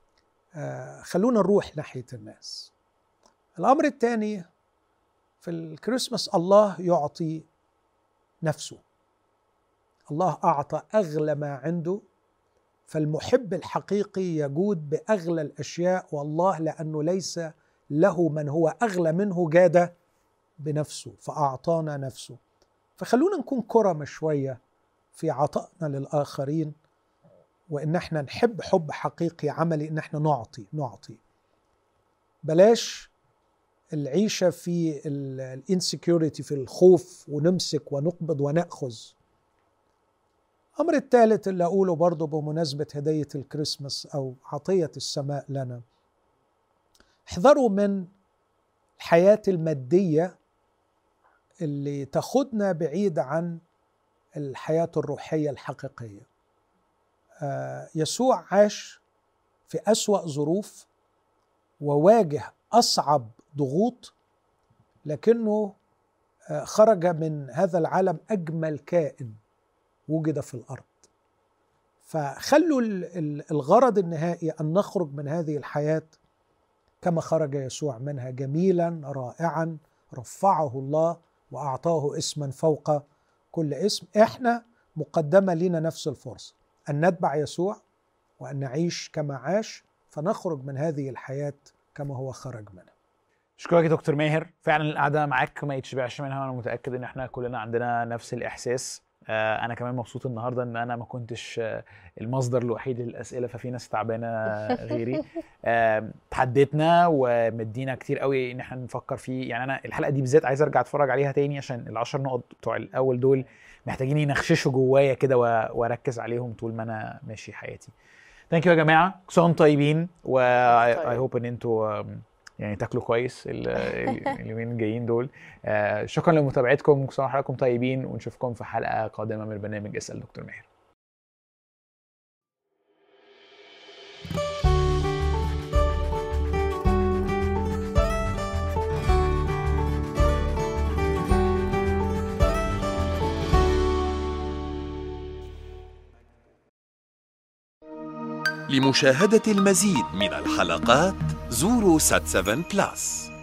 آه خلونا نروح ناحية الناس. الأمر الثاني في الكريسماس، الله يعطي نفسه. الله أعطى أغلى ما عنده، فالمحب الحقيقي يجود بأغلى الأشياء، والله لأنه ليس له من هو أغلى منه جاد بنفسه فأعطانا نفسه. فخلونا نكون كرمة شوية في عطائنا للآخرين، وإن احنا نحب حب حقيقي عملي، إن احنا نعطي نعطي بلاش العيشة في الانسكيورتي، في الخوف، ونمسك ونقبض ونأخذ. الأمر الثالث اللي أقوله برضو بمناسبة هدية الكريسماس أو عطية السماء لنا، احذروا من الحياة المادية اللي تاخدنا بعيد عن الحياة الروحية الحقيقية. آه يسوع عاش في أسوأ ظروف وواجه أصعب ضغوط، لكنه آه خرج من هذا العالم أجمل كائن وجد في الأرض. فخلوا الغرض النهائي أن نخرج من هذه الحياة كما خرج يسوع منها، جميلا رائعا رفعه الله وأعطاه اسما فوق كل اسم. احنا مقدمة لنا نفس الفرصة أن نتبع يسوع وأن نعيش كما عاش، فنخرج من هذه الحياة كما هو خرج منها. شكرا يا دكتور ماهر، فعلا القعدة معاك ما يتشبعش منها، وأنا متأكد إن احنا كلنا عندنا نفس الإحساس. أنا كمان مبسوط النهارده إن أنا ما كنتش المصدر الوحيد للأسئلة، ففي ناس تعبانة غيري. تحديتنا ومدينا كتير قوي إن احنا نفكر فيه. يعني أنا الحلقة دي بالذات عايز أرجع أتفرج عليها تاني، عشان العشر نقط بتوع الأول دول محتاجين ينخششوا جوايا كده وأركز عليهم طول ما أنا ماشي حياتي. ثانك يو يا جماعة، كل سنة وانتم طيبين، و I hope إن أنتوا يعني تاكلوا كويس اليومين الجايين دول. آه شكرا لمتابعتكم، وكل سنه وحضراتكم طيبين، ونشوفكم في حلقه قادمه من برنامج اسال دكتور ماهر. لمشاهدة المزيد من الحلقات زوروا سات سفن بلس.